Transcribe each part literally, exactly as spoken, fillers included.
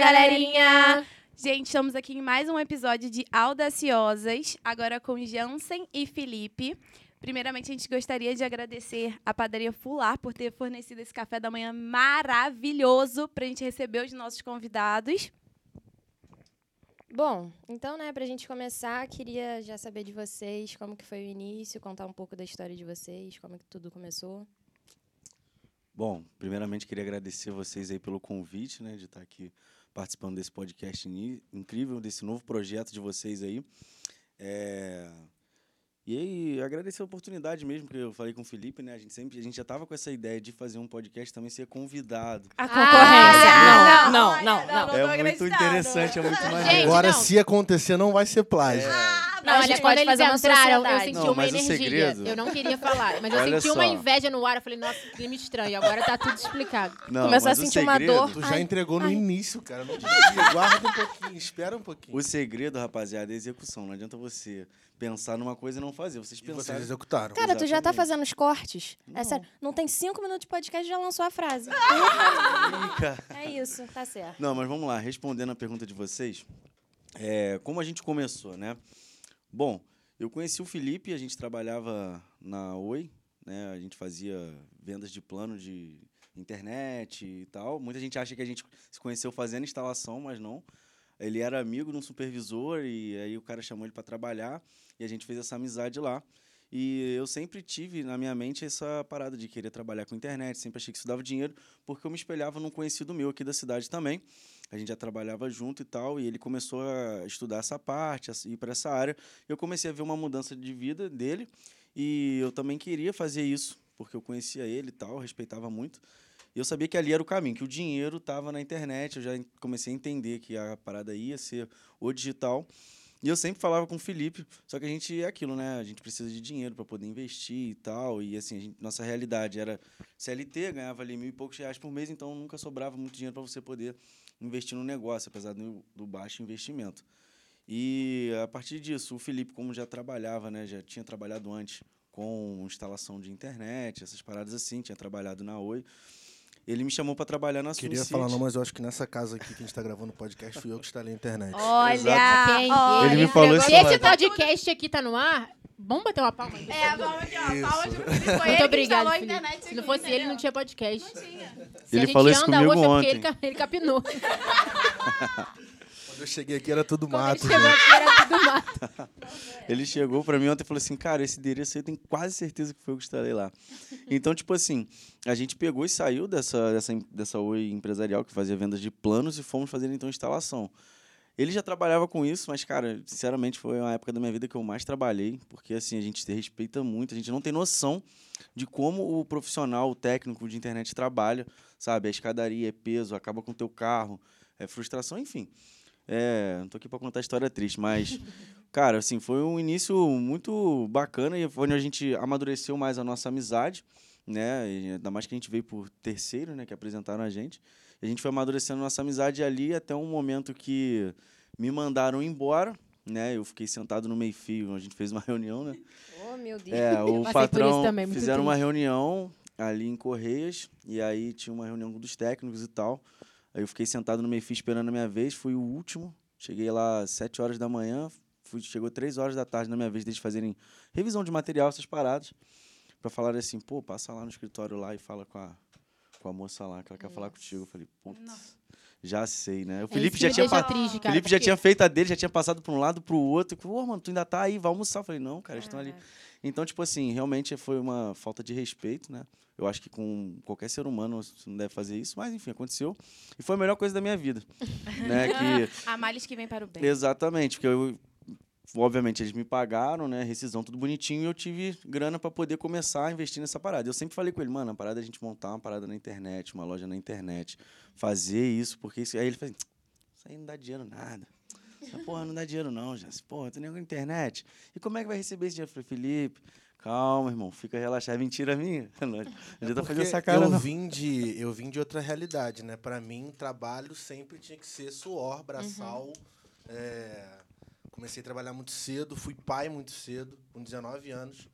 galerinha! Gente, estamos aqui em mais um episódio de Audaciosas, agora com Jansen e Felipe. Primeiramente, a gente gostaria de agradecer a Padaria Fular por ter fornecido esse café da manhã maravilhoso para a gente receber os nossos convidados. Bom, então, né, pra gente começar, queria já saber de vocês como que foi o início, contar um pouco da história de vocês, como que tudo começou. Bom, primeiramente queria agradecer vocês aí pelo convite, né, de estar aqui participando desse podcast incrível, desse novo projeto de vocês aí. É... E aí, agradecer a oportunidade mesmo, porque eu falei com o Felipe, né, a gente sempre, a gente já estava com essa ideia de fazer um podcast também ser convidado. A concorrência. Ah, não, não, não, não, não. É muito interessante, é muito maneiro. Agora, não. se acontecer, não vai ser plágio. É. Não, Não, a gente quando pode eles fazer uma entraram, eu sociedade. senti Não, uma mas o energia. segredo- Eu não queria falar, mas eu Olha senti uma só. inveja no ar. Eu falei, nossa, que clima estranho. Agora tá tudo explicado. Não, Começou mas a o sentir uma segredo- dor. Tu já Ai, entregou no ai. início, cara. Não desvia. Guarda um pouquinho, espera um pouquinho. O segredo, rapaziada, é a execução. Não adianta você pensar numa coisa e não fazer. Vocês E vocês pensaram. executaram. Cara, tu já tá Exatamente. fazendo os cortes? É Não. sério, não tem cinco minutos de podcast e já lançou a frase. Fica. É isso, tá certo. Não, mas vamos lá, respondendo a pergunta de vocês, é, como a gente começou, né? Bom, eu conheci o Felipe, a gente trabalhava na Oi, né? A gente fazia vendas de plano de internet e tal. Muita gente acha que a gente se conheceu fazendo instalação, mas não. Ele era amigo de um supervisor e aí o cara chamou ele para trabalhar e a gente fez essa amizade lá. E eu sempre tive na minha mente essa parada de querer trabalhar com internet, sempre achei que isso dava dinheiro, porque eu me espelhava num conhecido meu aqui da cidade também. A gente já trabalhava junto e tal, e ele começou a estudar essa parte, a ir para essa área. Eu comecei a ver uma mudança de vida dele, e eu também queria fazer isso, porque eu conhecia ele e tal, respeitava muito. E eu sabia que ali era o caminho, que o dinheiro estava na internet, eu já comecei a entender que a parada ia ser o digital. E eu sempre falava com o Felipe, só que a gente é aquilo, né? A gente precisa de dinheiro para poder investir e tal. E assim, a gente, nossa realidade era C L T, ganhava ali mil e poucos reais por mês, então nunca sobrava muito dinheiro para você poder investir no negócio, apesar do, do baixo investimento. E a partir disso, o Felipe, como já trabalhava, né? Já tinha trabalhado antes com instalação de internet, essas paradas assim, tinha trabalhado na Oi. Ele me chamou para trabalhar na Queria Suicide. falar não, mas eu acho que nessa casa aqui que a gente tá gravando o podcast, fui eu que instalei a internet. Olha, Exato. Quem? olha. Ele me falou isso Se lá. esse podcast aqui tá no ar, vamos bater uma palma. É, vamos aqui, ó. Isso. Palmas pro Felipe. Foi Muito ele que obrigado, instalou a Felipe. internet Se não aqui, fosse ele, entendeu? não tinha podcast. Não tinha. Se Ele a gente falou isso anda comigo hoje é porque ontem. ele, ca- ele capinou. Quando eu cheguei aqui era tudo Quando mato, ele chegou gente. aqui, era tudo mato. Ele chegou pra mim ontem e falou assim, cara, esse endereço aí eu tenho quase certeza que foi eu que instalei lá. Então, tipo assim, a gente pegou e saiu dessa, dessa, dessa Oi empresarial que fazia vendas de planos e fomos fazer, então, instalação. Ele já trabalhava com isso, mas, cara, sinceramente, foi uma época da minha vida que eu mais trabalhei, porque, assim, a gente se respeita muito, a gente não tem noção de como o profissional, o técnico de internet trabalha, sabe? A escadaria é peso, acaba com o teu carro, é frustração, enfim. É, não tô aqui para contar história triste, mas, cara, assim, foi um início muito bacana e foi onde a gente amadureceu mais a nossa amizade, né? E ainda mais que a gente veio por terceiro, né? Que apresentaram a gente. E a gente foi amadurecendo a nossa amizade ali até um momento que me mandaram embora, né? Eu fiquei sentado no meio-fio, a gente fez uma reunião, né? Oh, meu Deus. É, o Passei por isso patrão também, muito fizeram uma triste. reunião ali em Correias e aí tinha uma reunião dos técnicos e tal. Aí eu fiquei sentado no meio-fio esperando a minha vez, fui o último. Cheguei lá às sete horas da manhã, fui, chegou três horas da tarde na minha vez deles fazerem revisão de material, essas paradas, para falar assim, pô, passa lá no escritório lá e fala com a, com a moça lá, que ela quer falar contigo. Eu falei, putz, Nossa. já sei, né? O É Felipe isso já que tinha me deixa pa- triste, cara. Felipe já porque- tinha feito a dele, já tinha passado para um lado, para o outro. Pô, mano, tu ainda tá aí, vai almoçar. Eu falei, não, cara, eles estão ali. Então, tipo assim, realmente foi uma falta de respeito, né? Eu acho que com qualquer ser humano você não deve fazer isso, mas enfim, aconteceu. E foi a melhor coisa da minha vida, né? Que, Há males que vem para o bem. exatamente, porque eu, obviamente eles me pagaram, né? Rescisão, tudo bonitinho, e eu tive grana para poder começar a investir nessa parada. Eu sempre falei com ele, mano, a parada é a gente montar uma parada na internet, uma loja na internet, fazer isso, porque isso... Aí ele falou, isso aí não dá dinheiro nada. Essa porra não dá dinheiro não, já. Porra, tem nem com internet. E como é que vai receber esse dinheiro? Eu falei, Felipe, calma, irmão, fica relaxado. É mentira minha. Não adianta fazer essa cara, eu não. vim de eu vim de outra realidade, né? Pra mim, trabalho sempre tinha que ser suor, braçal. É, comecei a trabalhar muito cedo, fui pai muito cedo, com dezenove anos.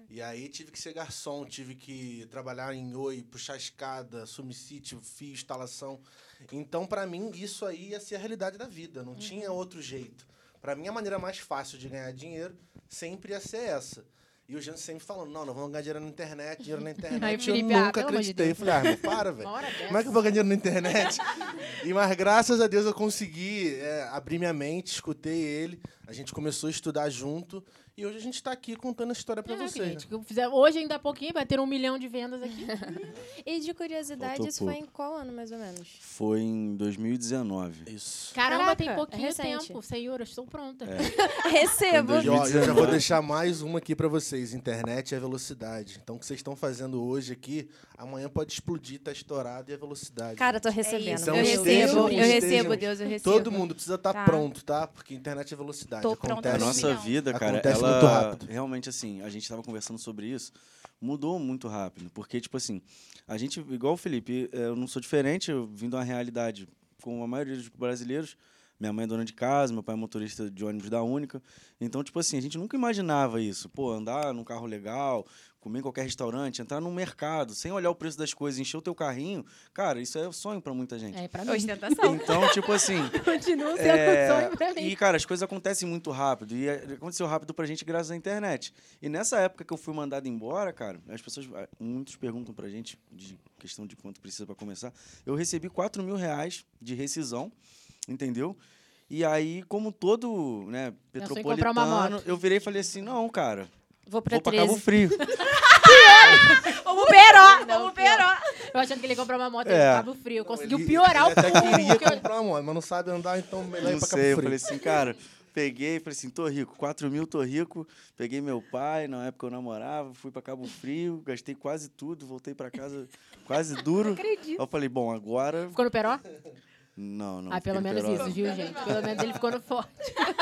E aí tive que ser garçom, tive que trabalhar em Oi, puxar escada, subsídio, fio, instalação. Então, pra mim, isso aí ia ser a realidade da vida, não uhum. tinha outro jeito. Pra mim, a maneira mais fácil de ganhar dinheiro sempre ia ser essa. E o Jean sempre falando, não, não vamos ganhar dinheiro na internet, dinheiro na internet. Aí, eu Felipe, nunca ah, acreditei. Eu falei, ah, mas para, velho. Como é que eu vou ganhar dinheiro na internet? E, mas graças a Deus eu consegui é, abrir minha mente, escutei ele, a gente começou a estudar junto. E hoje a gente está aqui contando a história para é, vocês. Né? Fizer, hoje, ainda há pouquinho, vai ter um milhão de vendas aqui. E de curiosidade, Faltou isso pouco. Foi em qual ano, mais ou menos? Foi em dois mil e dezenove. Isso. Caramba, Caraca, tem pouquinho é tempo. Senhor, eu estou pronta. É. Recebo. E ó, eu já vou deixar mais uma aqui para vocês. Internet é velocidade. Então, o que vocês estão fazendo hoje aqui, amanhã pode explodir, tá estourado e é velocidade. Cara, tô recebendo. É então, eu estejam, recebo, eu estejam, recebo, Deus, eu recebo. Todo mundo precisa estar tá tá. pronto, tá? Porque internet é velocidade. Tô Acontece. pronta. A nossa vida, cara, Acontece ela muito rápido. realmente assim, a gente estava conversando sobre isso, mudou muito rápido, porque tipo assim, a gente, igual o Felipe, eu não sou diferente, eu vim de uma realidade com a maioria dos brasileiros. Minha mãe é dona de casa, meu pai é motorista de ônibus da Única. Então, tipo assim, a gente nunca imaginava isso. Pô, andar num carro legal, comer em qualquer restaurante, entrar num mercado, sem olhar o preço das coisas, encher o teu carrinho. Cara, isso é sonho pra muita gente. É, pra mim. Ostentação. Então, tipo assim... Continua sendo é, sonho pra mim. E, cara, as coisas acontecem muito rápido. E aconteceu rápido pra gente graças à internet. E nessa época que eu fui mandado embora, cara, as pessoas... Muitos perguntam pra gente, de questão de quanto precisa pra começar. Eu recebi quatro mil reais de rescisão, entendeu? E aí, como todo, né, petropolitano, eu virei e falei assim, não, cara, vou pra, vou pra Cabo Frio. Vamos Peró, vamos Peró. Eu achando que ele ia comprar uma moto É. em Cabo Frio. Conseguiu Ele- piorar ele o até pulo. queria que eu- comprar uma moto, mas não sabe andar, então melhor ir Não pra sei, Cabo eu Frio. falei assim, cara, peguei, falei assim, tô rico, quatro mil, tô rico. Peguei meu pai, na época eu namorava, fui pra Cabo Frio, gastei quase tudo, voltei pra casa quase duro. acredito. Aí eu falei, bom, agora... Ficou no Peró? Não, não. Ah, pelo fiquei no menos Peró, isso, viu, gente? Pelo menos ele ficou no forte.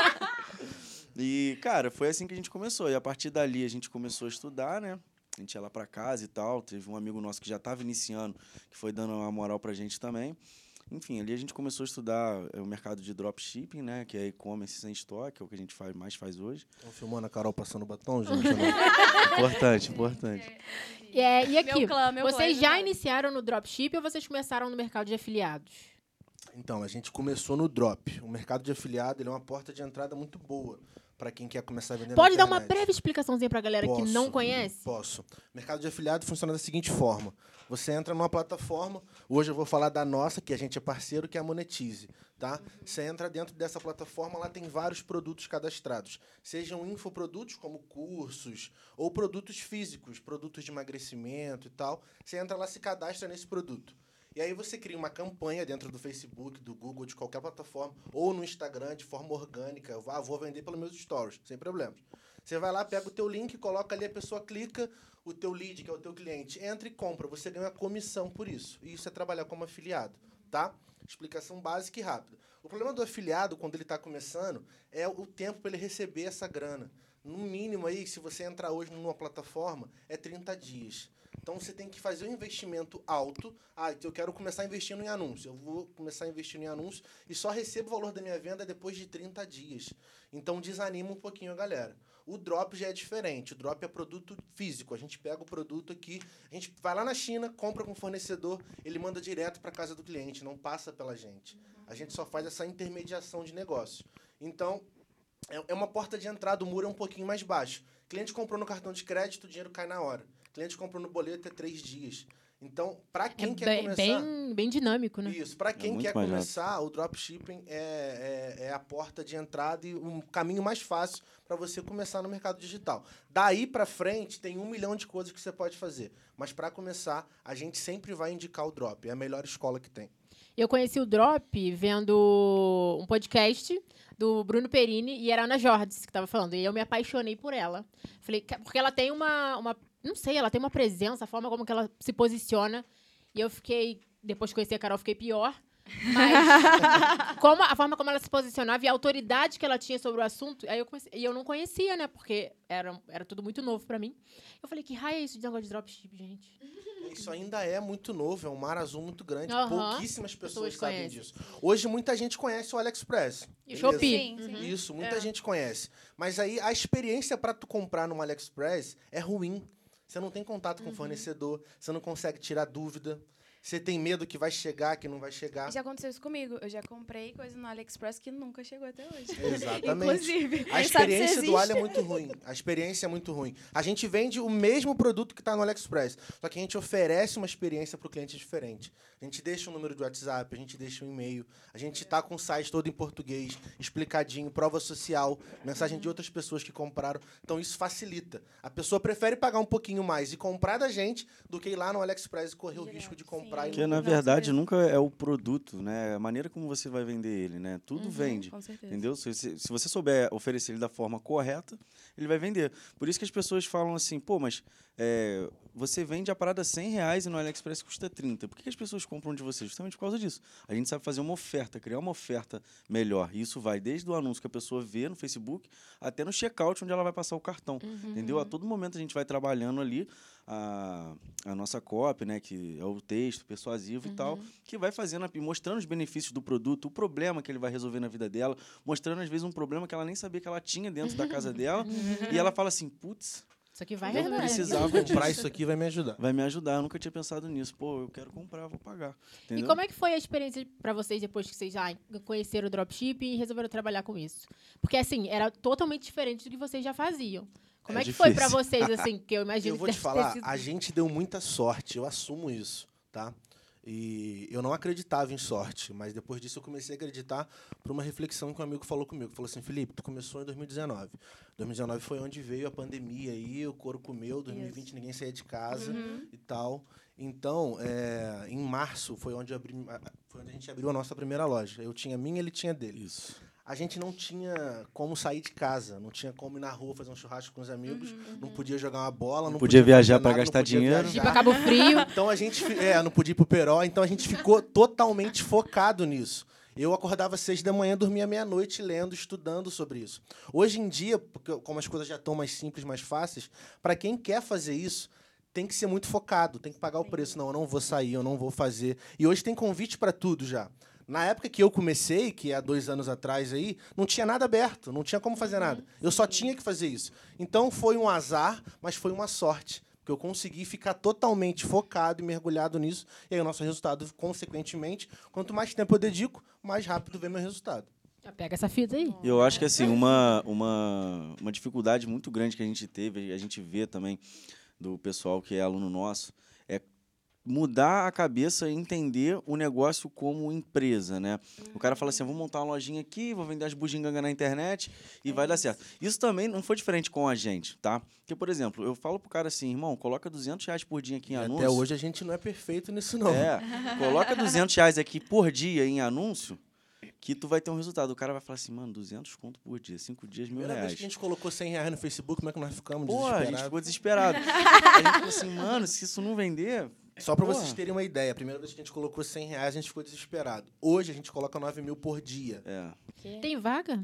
E, cara, foi assim que a gente começou. E a partir dali a gente começou a estudar, né? A gente ia lá pra casa e tal. Teve um amigo nosso que já estava iniciando, que foi dando uma moral pra gente também. Enfim, ali a gente começou a estudar o mercado de dropshipping, né? Que é e-commerce sem estoque, é o que a gente faz, mais faz hoje. Estão filmando a Carol passando batom, gente? Não? Importante, importante. É, e aqui, Meu clã, meu vocês clã, já meu clã. iniciaram no dropship ou vocês começaram no mercado de afiliados? Então, a gente começou no drop. O mercado de afiliado ele é uma porta de entrada muito boa para quem quer começar a vender Pode na dar uma internet. breve explicaçãozinha pra galera que não Posso, conhece? Posso. O mercado de afiliado funciona da seguinte forma. Você entra numa plataforma, hoje eu vou falar da nossa, que a gente é parceiro, que é a Monetize. Tá? Você entra dentro dessa plataforma, lá tem vários produtos cadastrados. Sejam infoprodutos, como cursos, ou produtos físicos, produtos de emagrecimento e tal. Você entra lá e se cadastra nesse produto. E aí você cria uma campanha dentro do Facebook, do Google, de qualquer plataforma, ou no Instagram, de forma orgânica. Ah, vou vender pelos meus stories, sem problemas. Você vai lá, pega o teu link, coloca ali, a pessoa clica, o teu lead, que é o teu cliente, entra e compra. Você ganha uma comissão por isso. E isso é trabalhar como afiliado, tá? Explicação básica e rápida. O problema do afiliado, quando ele está começando, é o tempo para ele receber essa grana. No mínimo aí, se você entrar hoje numa plataforma, é trinta dias. Então, você tem que fazer um investimento alto. Ah, então eu quero começar investindo em anúncio. Eu vou começar investindo em anúncio e só recebo o valor da minha venda depois de trinta dias. Então, desanima um pouquinho a galera. O drop já é diferente. O drop é produto físico. A gente pega o produto aqui, a gente vai lá na China, compra com o fornecedor, ele manda direto para casa do cliente, não passa pela gente. A gente só faz essa intermediação de negócio. Então, é uma porta de entrada, o muro é um pouquinho mais baixo. O cliente comprou no cartão de crédito, o dinheiro cai na hora. O cliente comprou no boleto, é três dias. Então, para quem é quer bem, começar... bem, bem dinâmico, né? Isso, para quem muito quer mais começar, o dropshipping é, é, é a porta de entrada e um caminho mais fácil para você começar no mercado digital. Daí para frente, tem um milhão de coisas que você pode fazer. Mas para começar, a gente sempre vai indicar o drop. É a melhor escola que tem. Eu conheci o Drop vendo um podcast do Bruno Perini e era a Ana Jordes que estava falando. E eu me apaixonei por ela. Falei, porque ela tem uma, uma... Não sei, ela tem uma presença, a forma como que ela se posiciona. E eu fiquei... Depois de conhecer a Carol, fiquei pior. Mas como a forma como ela se posicionava e a autoridade que ela tinha sobre o assunto, aí eu comecei, e eu não conhecia, né? Porque era, era tudo muito novo pra mim. Eu falei, que raio é isso de negócio de dropship, gente? Isso ainda é muito novo, é um mar azul muito grande. Aham. Pouquíssimas pessoas, Pessoas sabem conhecem. disso. Hoje muita gente conhece o AliExpress. E beleza? Shopee. Sim, sim. Isso, muita É. gente conhece. Mas aí a experiência para tu comprar no AliExpress é ruim. Você não tem contato com o fornecedor, você não consegue tirar dúvida. Você tem medo que vai chegar, que não vai chegar. Já aconteceu isso comigo. Eu já comprei coisa no AliExpress que nunca chegou até hoje. Exatamente. Inclusive. A nem sabe se experiência do alho é existe. muito ruim. A experiência é muito ruim. A gente vende o mesmo produto que está no AliExpress, só que a gente oferece uma experiência para o cliente diferente. A gente deixa um número de WhatsApp, a gente deixa um e-mail, a gente está com o site todo em português, explicadinho, prova social, mensagem de outras pessoas que compraram. Então isso facilita. A pessoa prefere pagar um pouquinho mais e comprar da gente do que ir lá no AliExpress e correr o Direto, risco de sim. comprar. E Porque, não na Nossa, verdade, mesmo. nunca é o produto, né? A maneira como você vai vender ele, né? Tudo Uhum, vende. Com certeza. Entendeu? Se, se, se você souber oferecer ele da forma correta, ele vai vender. Por isso que as pessoas falam assim, pô, mas é, você vende a parada cem reais e no AliExpress custa trinta. Por que, que as pessoas compram de você? Justamente por causa disso. A gente sabe fazer uma oferta, criar uma oferta melhor. E isso vai desde o anúncio que a pessoa vê no Facebook até no checkout, onde ela vai passar o cartão. Entendeu? A todo momento a gente vai trabalhando ali a, a nossa copy, né, que é o texto persuasivo e tal, que vai fazendo, a- mostrando os benefícios do produto, o problema que ele vai resolver na vida dela, mostrando às vezes um problema que ela nem sabia que ela tinha dentro da casa dela, e ela fala assim, putz, Isso aqui vai Eu resolver. precisava comprar disso. isso aqui vai me ajudar. vai me ajudar, eu nunca tinha pensado nisso. Pô, eu quero comprar, vou pagar. E Entendeu? como é que foi a experiência pra vocês depois que vocês já conheceram o dropshipping e resolveram trabalhar com isso? Porque, assim, era totalmente diferente do que vocês já faziam. Como É é, que foi pra difícil. vocês, assim? Que eu imagino Eu vou que te deve falar, ter sido... a gente deu muita sorte, eu assumo isso, tá? E eu não acreditava em sorte, mas depois disso eu comecei a acreditar por uma reflexão que um amigo falou comigo. Falou assim, Felipe, tu começou em dois mil e dezenove. dois mil e dezenove foi onde veio a pandemia aí, o couro comeu, dois mil e vinte ninguém saía de casa e tal. Então, é, em março foi onde, eu abri, foi onde a gente abriu a nossa primeira loja. Eu tinha a minha, ele tinha a dele. Isso. A gente não tinha como sair de casa, não tinha como ir na rua fazer um churrasco com os amigos, não podia jogar uma bola, não podia podia viajar fazer pra nada, não gastar podia dinheiro. Ir viajar. pra Cabo Frio. Então a gente, fi- é, não podia ir pro Peró, então a gente ficou totalmente focado nisso. Eu acordava às seis da manhã, dormia meia-noite lendo, estudando sobre isso. Hoje em dia, porque como as coisas já estão mais simples, mais fáceis, para quem quer fazer isso, tem que ser muito focado, tem que pagar o preço. Não, eu não vou sair, eu não vou fazer. E hoje tem convite para tudo já. Na época que eu comecei, que é há dois anos atrás aí, não tinha nada aberto, não tinha como fazer nada. Eu só tinha que fazer isso. Então foi um azar, mas foi uma sorte. Porque eu consegui ficar totalmente focado e mergulhado nisso. E aí o nosso resultado, consequentemente, quanto mais tempo eu dedico, mais rápido vem meu resultado. Pega essa fita aí. Eu acho que assim, uma, uma, uma dificuldade muito grande que a gente teve, a gente vê também do pessoal que é aluno nosso, é mudar a cabeça e entender o negócio como empresa, né? O cara fala assim, vou montar uma lojinha aqui, vou vender as bugigangas na internet e vai dar certo. Isso também não foi diferente com a gente, tá? Porque, por exemplo, eu falo pro cara assim, irmão, coloca duzentos reais por dia aqui em E anúncio. até hoje a gente não é perfeito nisso, não. É, coloca duzentos reais aqui por dia em anúncio, que tu vai ter um resultado. O cara vai falar assim, mano, duzentos conto por dia, cinco dias, mil Primeira vez reais. que a gente colocou cem reais no Facebook, como é que nós ficamos Pô, a gente desesperados? ficou desesperado. A gente falou assim, mano, se isso não vender... Só para Porra. vocês terem uma ideia, a primeira vez que a gente colocou cem reais, a gente ficou desesperado. Hoje a gente coloca nove mil por dia. É. Tem vaga?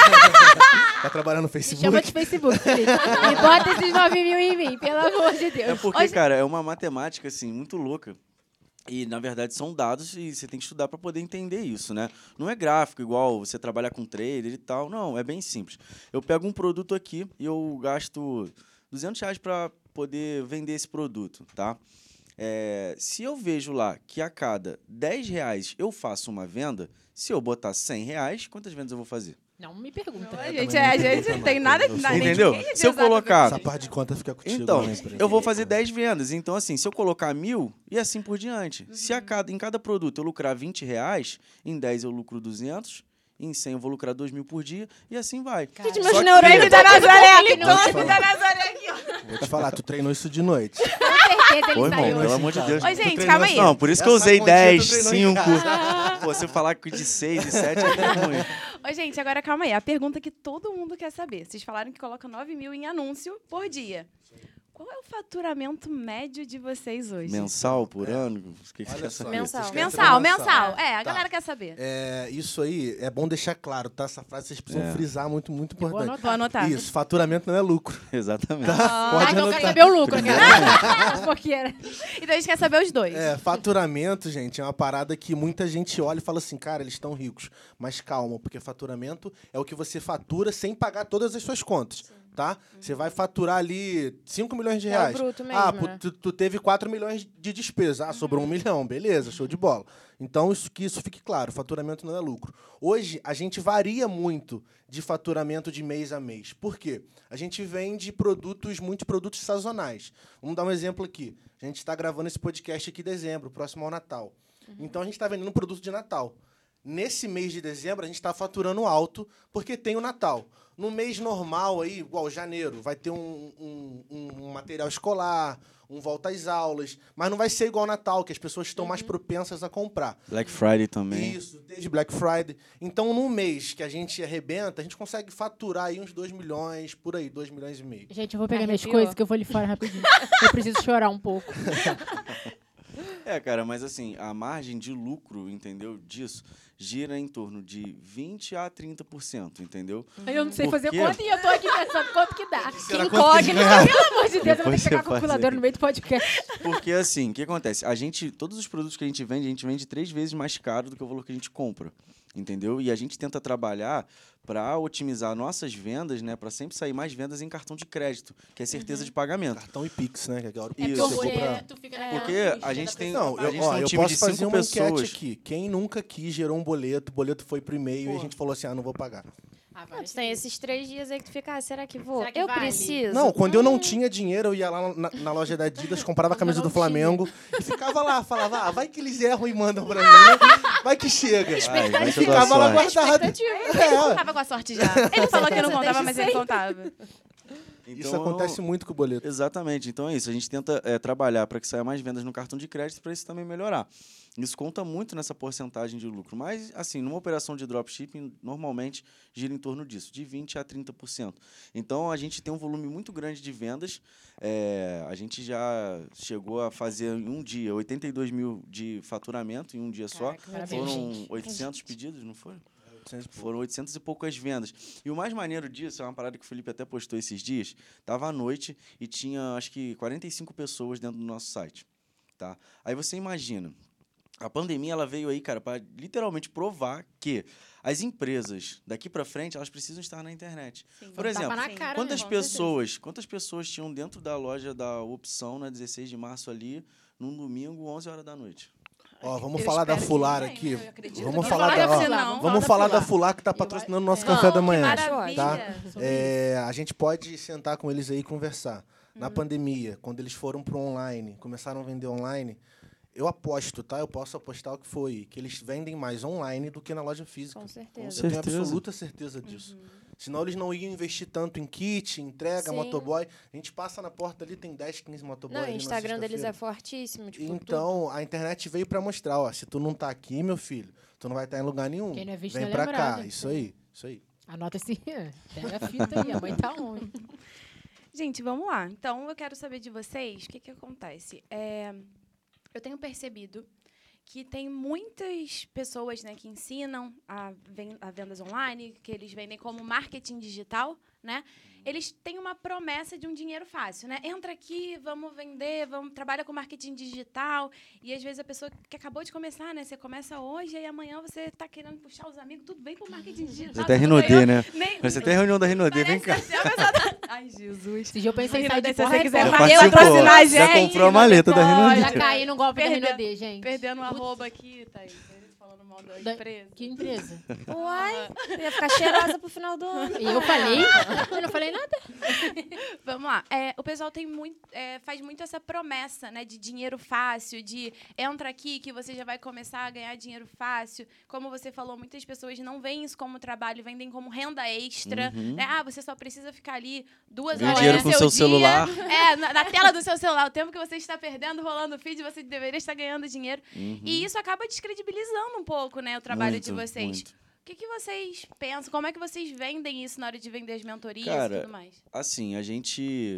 Tá trabalhando no Me Facebook? chama de Facebook, Felipe. E bota esses nove mil em mim, pelo amor de É Deus. porque, Hoje- cara, é uma matemática, assim, muito louca. E, na verdade, são dados e você tem que estudar para poder entender isso, né? Não é gráfico igual você trabalhar com trader e tal. Não, é bem simples. Eu pego um produto aqui e eu gasto duzentos reais para poder vender esse produto, tá? É, se eu vejo lá que a cada dez reais eu faço uma venda, se eu botar cem reais, quantas vendas eu vou fazer? Não me pergunta. A Eu gente, também é, a não gente pergunto, não tem não. nada, Eu nada sou- nem Entendeu? de quem é de Se eu exato colocar- Essa parte de conta fica contigo. Então, né, empresa? eu vou fazer dez vendas. Então, assim, se eu colocar mil, e assim por diante. Se a cada, em cada produto eu lucrar vinte reais, em dez eu lucro duzentos, em cem eu vou lucrar dois mil por dia, e assim vai. Gente, Só meus que- neurônios da Nazaré aqui, Ele não- todo da Nazaré aqui, ó. Vou te falar, tu treinou isso de noite. Com certeza ele Pô, saiu. irmão, pelo amor de Deus. Ô, gente, treinou calma assim, aí. Não, por isso que eu Essa usei continha tu dez, treinou em cinco. casa. Pô, se eu falar que de seis e sete é ruim. Ô, gente, agora calma aí. A pergunta que todo mundo quer saber. Vocês falaram que coloca nove mil em anúncio por dia. qual é o faturamento médio de vocês hoje? Mensal, por É. ano? O que que você Olha quer só. saber? Mensal. Vocês querem Mensal, saber mensal. É, a Tá. galera quer saber. É, isso aí é bom deixar claro, tá? Essa frase vocês precisam É. frisar muito, muito Eu vou importante. anotar. Vou anotar. Isso, faturamento não é lucro. Exatamente. Ah, Pode Ah, então eu anotar. quero saber o lucro, cara. Porque era... Então a gente quer saber os dois. É, faturamento, gente, é uma parada que muita gente olha e fala assim, cara, eles estão ricos. Mas calma, porque faturamento é o que você fatura sem pagar todas as suas contas, tá? Você vai faturar ali cinco milhões de É o reais. bruto mesmo, ah, pu- né? tu, tu teve quatro milhões de despesa. Ah, sobrou um milhão. Beleza, show de bola. Então, isso, que isso fique claro, faturamento não é lucro. Hoje, a gente varia muito de faturamento de mês a mês. Por quê? A gente vende produtos, muitos produtos sazonais. Vamos dar um exemplo aqui. A gente está gravando esse podcast aqui em dezembro, próximo ao Natal. Então, a gente está vendendo um produto de Natal. Nesse mês de dezembro, a gente está faturando alto, porque tem o Natal. No mês normal, aí, igual janeiro, vai ter um, um, um material escolar, um volta às aulas, mas não vai ser igual ao Natal, que as pessoas estão mais propensas a comprar. Black Friday também. Isso, desde Black Friday. Então, num mês que a gente arrebenta, a gente consegue faturar aí uns dois milhões, por aí, dois milhões e meio. Gente, eu vou pegar minhas Arrepiou. coisas que eu vou ali fora rapidinho. Eu preciso chorar um pouco. É, cara, mas assim, a margem de lucro, entendeu, disso, gira em torno de vinte a trinta por cento, entendeu? Aí eu não sei Por fazer quê? conta e eu tô aqui pensando quanto que dá. Será Que quanto que eles incógnita. ganharam? Pelo amor de Deus, eu vou ter Depois que pegar a você faz calculadora aí. no meio do podcast. Porque assim, o que acontece? A gente, todos os produtos que a gente vende, a gente vende três vezes mais caro do que o valor que a gente compra, entendeu? E a gente tenta trabalhar para otimizar nossas vendas, né, para sempre sair mais vendas em cartão de crédito, que é certeza de pagamento. Cartão e Pix, né? Que agora o É Pix Isso. você porque compra... tu fica naquela Porque angústia a gente da tem- pessoa Não, pagar. a gente eu, ó, tem um eu time posso de fazer cinco uma enquete pessoas. aqui. Quem nunca quis gerou um boleto, o boleto foi pro e-mail e a gente falou assim, ah, não vou pagar. Ah, Não, vai. tu tem esses três dias aí que tu fica, ah, será que vou? Será que eu vale? preciso. Não, quando eu não Hum. tinha dinheiro, eu ia lá na, na loja da Adidas, comprava a Quando eu camisa não do Flamengo e ficava lá, falava, ah, vai que eles erram e mandam pra mim, né? Vai que chega. Vai, vai E te dar ficava lá sorte. guardado. Ele É, contava com a sorte já. Ele falou que não Certeza, contava, desde mas ele sempre. contava. Isso Então, acontece muito com o boleto. Exatamente. Então é isso. A gente tenta é, trabalhar para que saia mais vendas no cartão de crédito para isso também melhorar. Isso conta muito nessa porcentagem de lucro. Mas, assim, numa operação de dropshipping, normalmente gira em torno disso, de vinte a trinta por cento. Então, a gente tem um volume muito grande de vendas. É, a gente já chegou a fazer em um dia oitenta e dois mil de faturamento, em um dia só. Caraca, meu Deus, Foram gente. oitocentos pedidos, não foram? Foram oitocentas e poucas vendas. E o mais maneiro disso, é uma parada que o Felipe até postou esses dias, estava à noite e tinha, acho que, quarenta e cinco pessoas dentro do nosso site. Tá? Aí você imagina, a pandemia ela veio aí, cara, para literalmente provar que as empresas daqui para frente, elas precisam estar na internet. Sim. Por Tapa exemplo, na sim. cara, quantas né? Com certeza. pessoas, quantas pessoas tinham dentro da loja da Opção, na dezesseis de março ali, num domingo, onze horas da noite? Ó, vamos Eu falar da espero que Fular tenha, aqui. eu acredito Vamos que falar não da, deve ó, ser, não. vamos da falar da Fular. Fular que está Eu patrocinando o nosso É. café da Que manhã. maravilha. Tá? Sobre É, a gente pode sentar com eles aí e conversar. Uhum. Na pandemia, quando eles foram para o online, começaram a vender online, eu aposto, tá? Eu posso apostar o que foi, que eles vendem mais online do que na loja física. Com Eu certeza. tenho certeza. absoluta certeza disso. Senão eles não iam investir tanto em kit, entrega, Sim. motoboy. A gente passa na porta ali, tem dez, quinze motoboy Não, ali o na Instagram deles é sexta-feira. fortíssimo. Tipo, Então, a internet veio para mostrar, ó, se tu não tá aqui, meu filho, tu não vai estar em lugar nenhum. Quem não é visto Vem não é pra lembrado. cá, isso aí, isso aí. Anota assim, pega a fita aí, a mãe tá on. Gente, vamos lá. Então, eu quero saber de vocês o que, que acontece. É, eu tenho percebido que tem muitas pessoas, né, que ensinam a, ven a vendas online, que eles vendem como marketing digital, né? Eles têm uma promessa de um dinheiro fácil, né? Entra aqui, vamos vender, vamos trabalha com marketing digital. E às vezes a pessoa que acabou de começar, né? Você começa hoje e amanhã você está querendo puxar os amigos, tudo bem pro marketing digital. Você até tudo Rinodê, ganhou. né? Nem- Você tem reunião da Rinodê, vem cá. Parece até a pessoa tá- Ai, Jesus. Esse dia eu pensei em Rinodê, sair de se porra você quiser retorna. fazer participou, patrocinar a já gente, comprou a maleta da Rinodê Rinodê. Já pode. caí no golpe da Perdeu- Rinodê, gente. Perdendo um arroba aqui, Thaís. Eles falando mal da Da- empresa. Que empresa? Uai, eu ia ficar cheirosa pro final do ano. E eu falei? Eu não falei nada. Vamos lá. É, o pessoal tem muito, é, faz muito essa promessa, né, de dinheiro fácil, de entra aqui que você já vai começar a ganhar dinheiro fácil. Como você falou, muitas pessoas não veem isso como trabalho, vendem como renda extra. Uhum. Né? Ah, você só precisa ficar ali duas Ganha horas dinheiro do com seu seu dia. celular. É, na, na tela do seu celular. O tempo que você está perdendo rolando o feed, você deveria estar ganhando dinheiro. Uhum. E isso acaba descredibilizando um pouco, né, o trabalho de Muito, vocês. muito. O que, que vocês pensam? Como é que vocês vendem isso na hora de vender as mentorias Cara, e tudo mais? Assim, a gente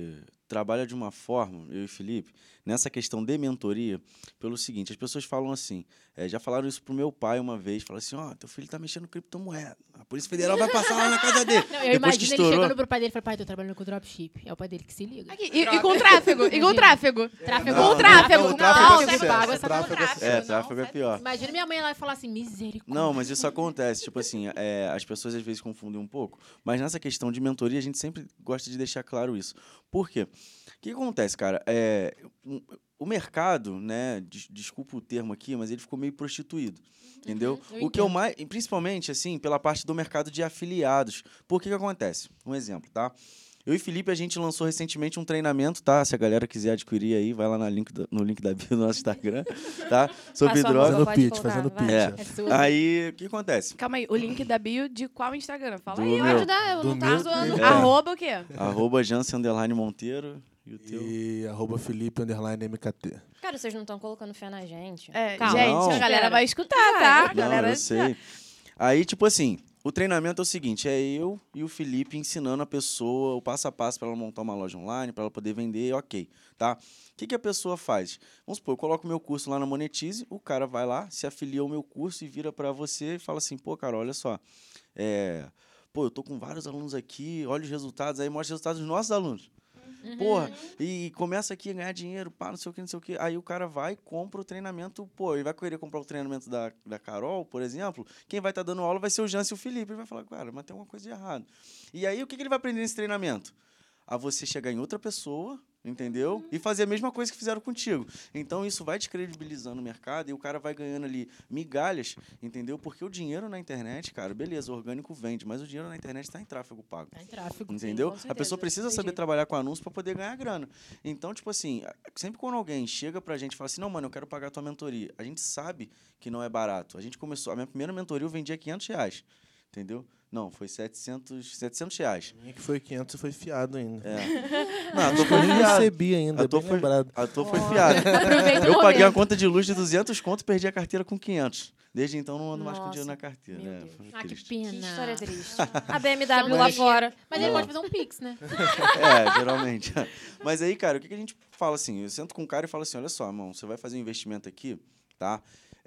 trabalha de uma forma, eu e o Felipe, nessa questão de mentoria, pelo seguinte, as pessoas falam assim, é, já falaram isso pro meu pai uma vez, falaram assim, ó, oh, teu filho tá mexendo com criptomoeda, a Polícia Federal vai passar lá na casa dele. Não, eu Depois que imagino ele estourou... chegando pro pai dele e falando, pai, tô trabalhando com dropship. É o pai dele que se liga. Aqui, e, e com tráfego, e com tráfego. Tráfego. Com Não, tráfego. não, Não, tráfego é não, sucesso, pago essa tráfego é conta. sucesso. É, Não, tráfego é certo. pior. Imagina minha mãe lá e falar assim, misericórdia. Não, mas isso acontece. Tipo assim, é, as pessoas às vezes confundem um pouco. Mas nessa questão de mentoria, a gente sempre gosta de deixar claro isso. Por quê? O que acontece, cara? É, um, o mercado, né? Des, desculpa o termo aqui, mas ele ficou meio prostituído. Entendeu? eu O que eu entendo. mais. Principalmente, assim, pela parte do mercado de afiliados. Por que que acontece? Um exemplo, tá? Eu e Felipe, a gente lançou recentemente um treinamento, tá? Se a galera quiser adquirir aí, vai lá na link do, no link da bio do nosso Instagram, tá? Sobre Passa a drogas. mão, Fazendo pode pitch, colocar, fazendo vai. pitch. É. É sua. Aí, o que acontece? Calma aí, o link da bio de qual Instagram? Fala Do aí. meu. ó. Pode dar, eu Do não meu- tá zoando. É. Arroba o quê? Arroba Jansen Underline Monteiro e o teu. E arroba Felipe underline M K T. Cara, vocês não estão colocando fé na gente. É, Calma. gente, Não. a galera Espera. vai escutar, tá? A Não, galera eu sei. Aí, tipo assim, o treinamento é o seguinte, é eu e o Felipe ensinando a pessoa o passo a passo para ela montar uma loja online, para ela poder vender, ok, tá? O que, que a pessoa faz? Vamos supor, eu coloco o meu curso lá na Monetize, o cara vai lá, se afilia ao meu curso e vira para você e fala assim, pô, cara, olha só, é... pô, eu tô com vários alunos aqui, olha os resultados, aí mostra os resultados dos nossos alunos. Porra, e começa aqui a ganhar dinheiro, pá, não sei o que, não sei o que. Aí o cara vai e compra o treinamento, pô, ele vai querer comprar o treinamento da, da Carol, por exemplo, quem vai estar dando aula vai ser o Jansen e o Felipe. Ele vai falar, cara, mas tem alguma coisa de errado. E aí, o que, que ele vai aprender nesse treinamento? A você chegar em outra pessoa, entendeu? E fazer a mesma coisa que fizeram contigo. Então, isso vai descredibilizando o mercado e o cara vai ganhando ali migalhas, entendeu? Porque o dinheiro na internet, cara, beleza, o orgânico vende, mas o dinheiro na internet está em tráfego pago. Tá em tráfego. Entendeu? com A certeza. pessoa precisa Tem saber jeito. trabalhar com anúncio para poder ganhar grana. Então, tipo assim, sempre quando alguém chega pra gente e fala assim, não, mano, eu quero pagar a tua mentoria, a gente sabe que não é barato. A gente começou, a minha primeira mentoria eu vendia quinhentos reais, entendeu? Não, foi setecentos, setecentos reais. A minha que foi quinhentos e foi fiado ainda. É. Não, a tua Eu foi nem fiado. recebi ainda, A tua bem foi- lembrado. A tua foi Ó. fiada. Aproveita o Eu paguei a momento. conta de luz de duzentos conto e perdi a carteira com quinhentos. Desde então não ando mais com Nossa, dinheiro na carteira. meu É, Deus. foi Ah, que triste. pena. Que história triste. A B M W lá Mas- fora. Mas ele Não. pode fazer um pix, né? É, geralmente. Mas aí, cara, o que que a gente fala assim? Eu sento com o cara e falo assim, olha só, irmão, você vai fazer um investimento aqui, tá?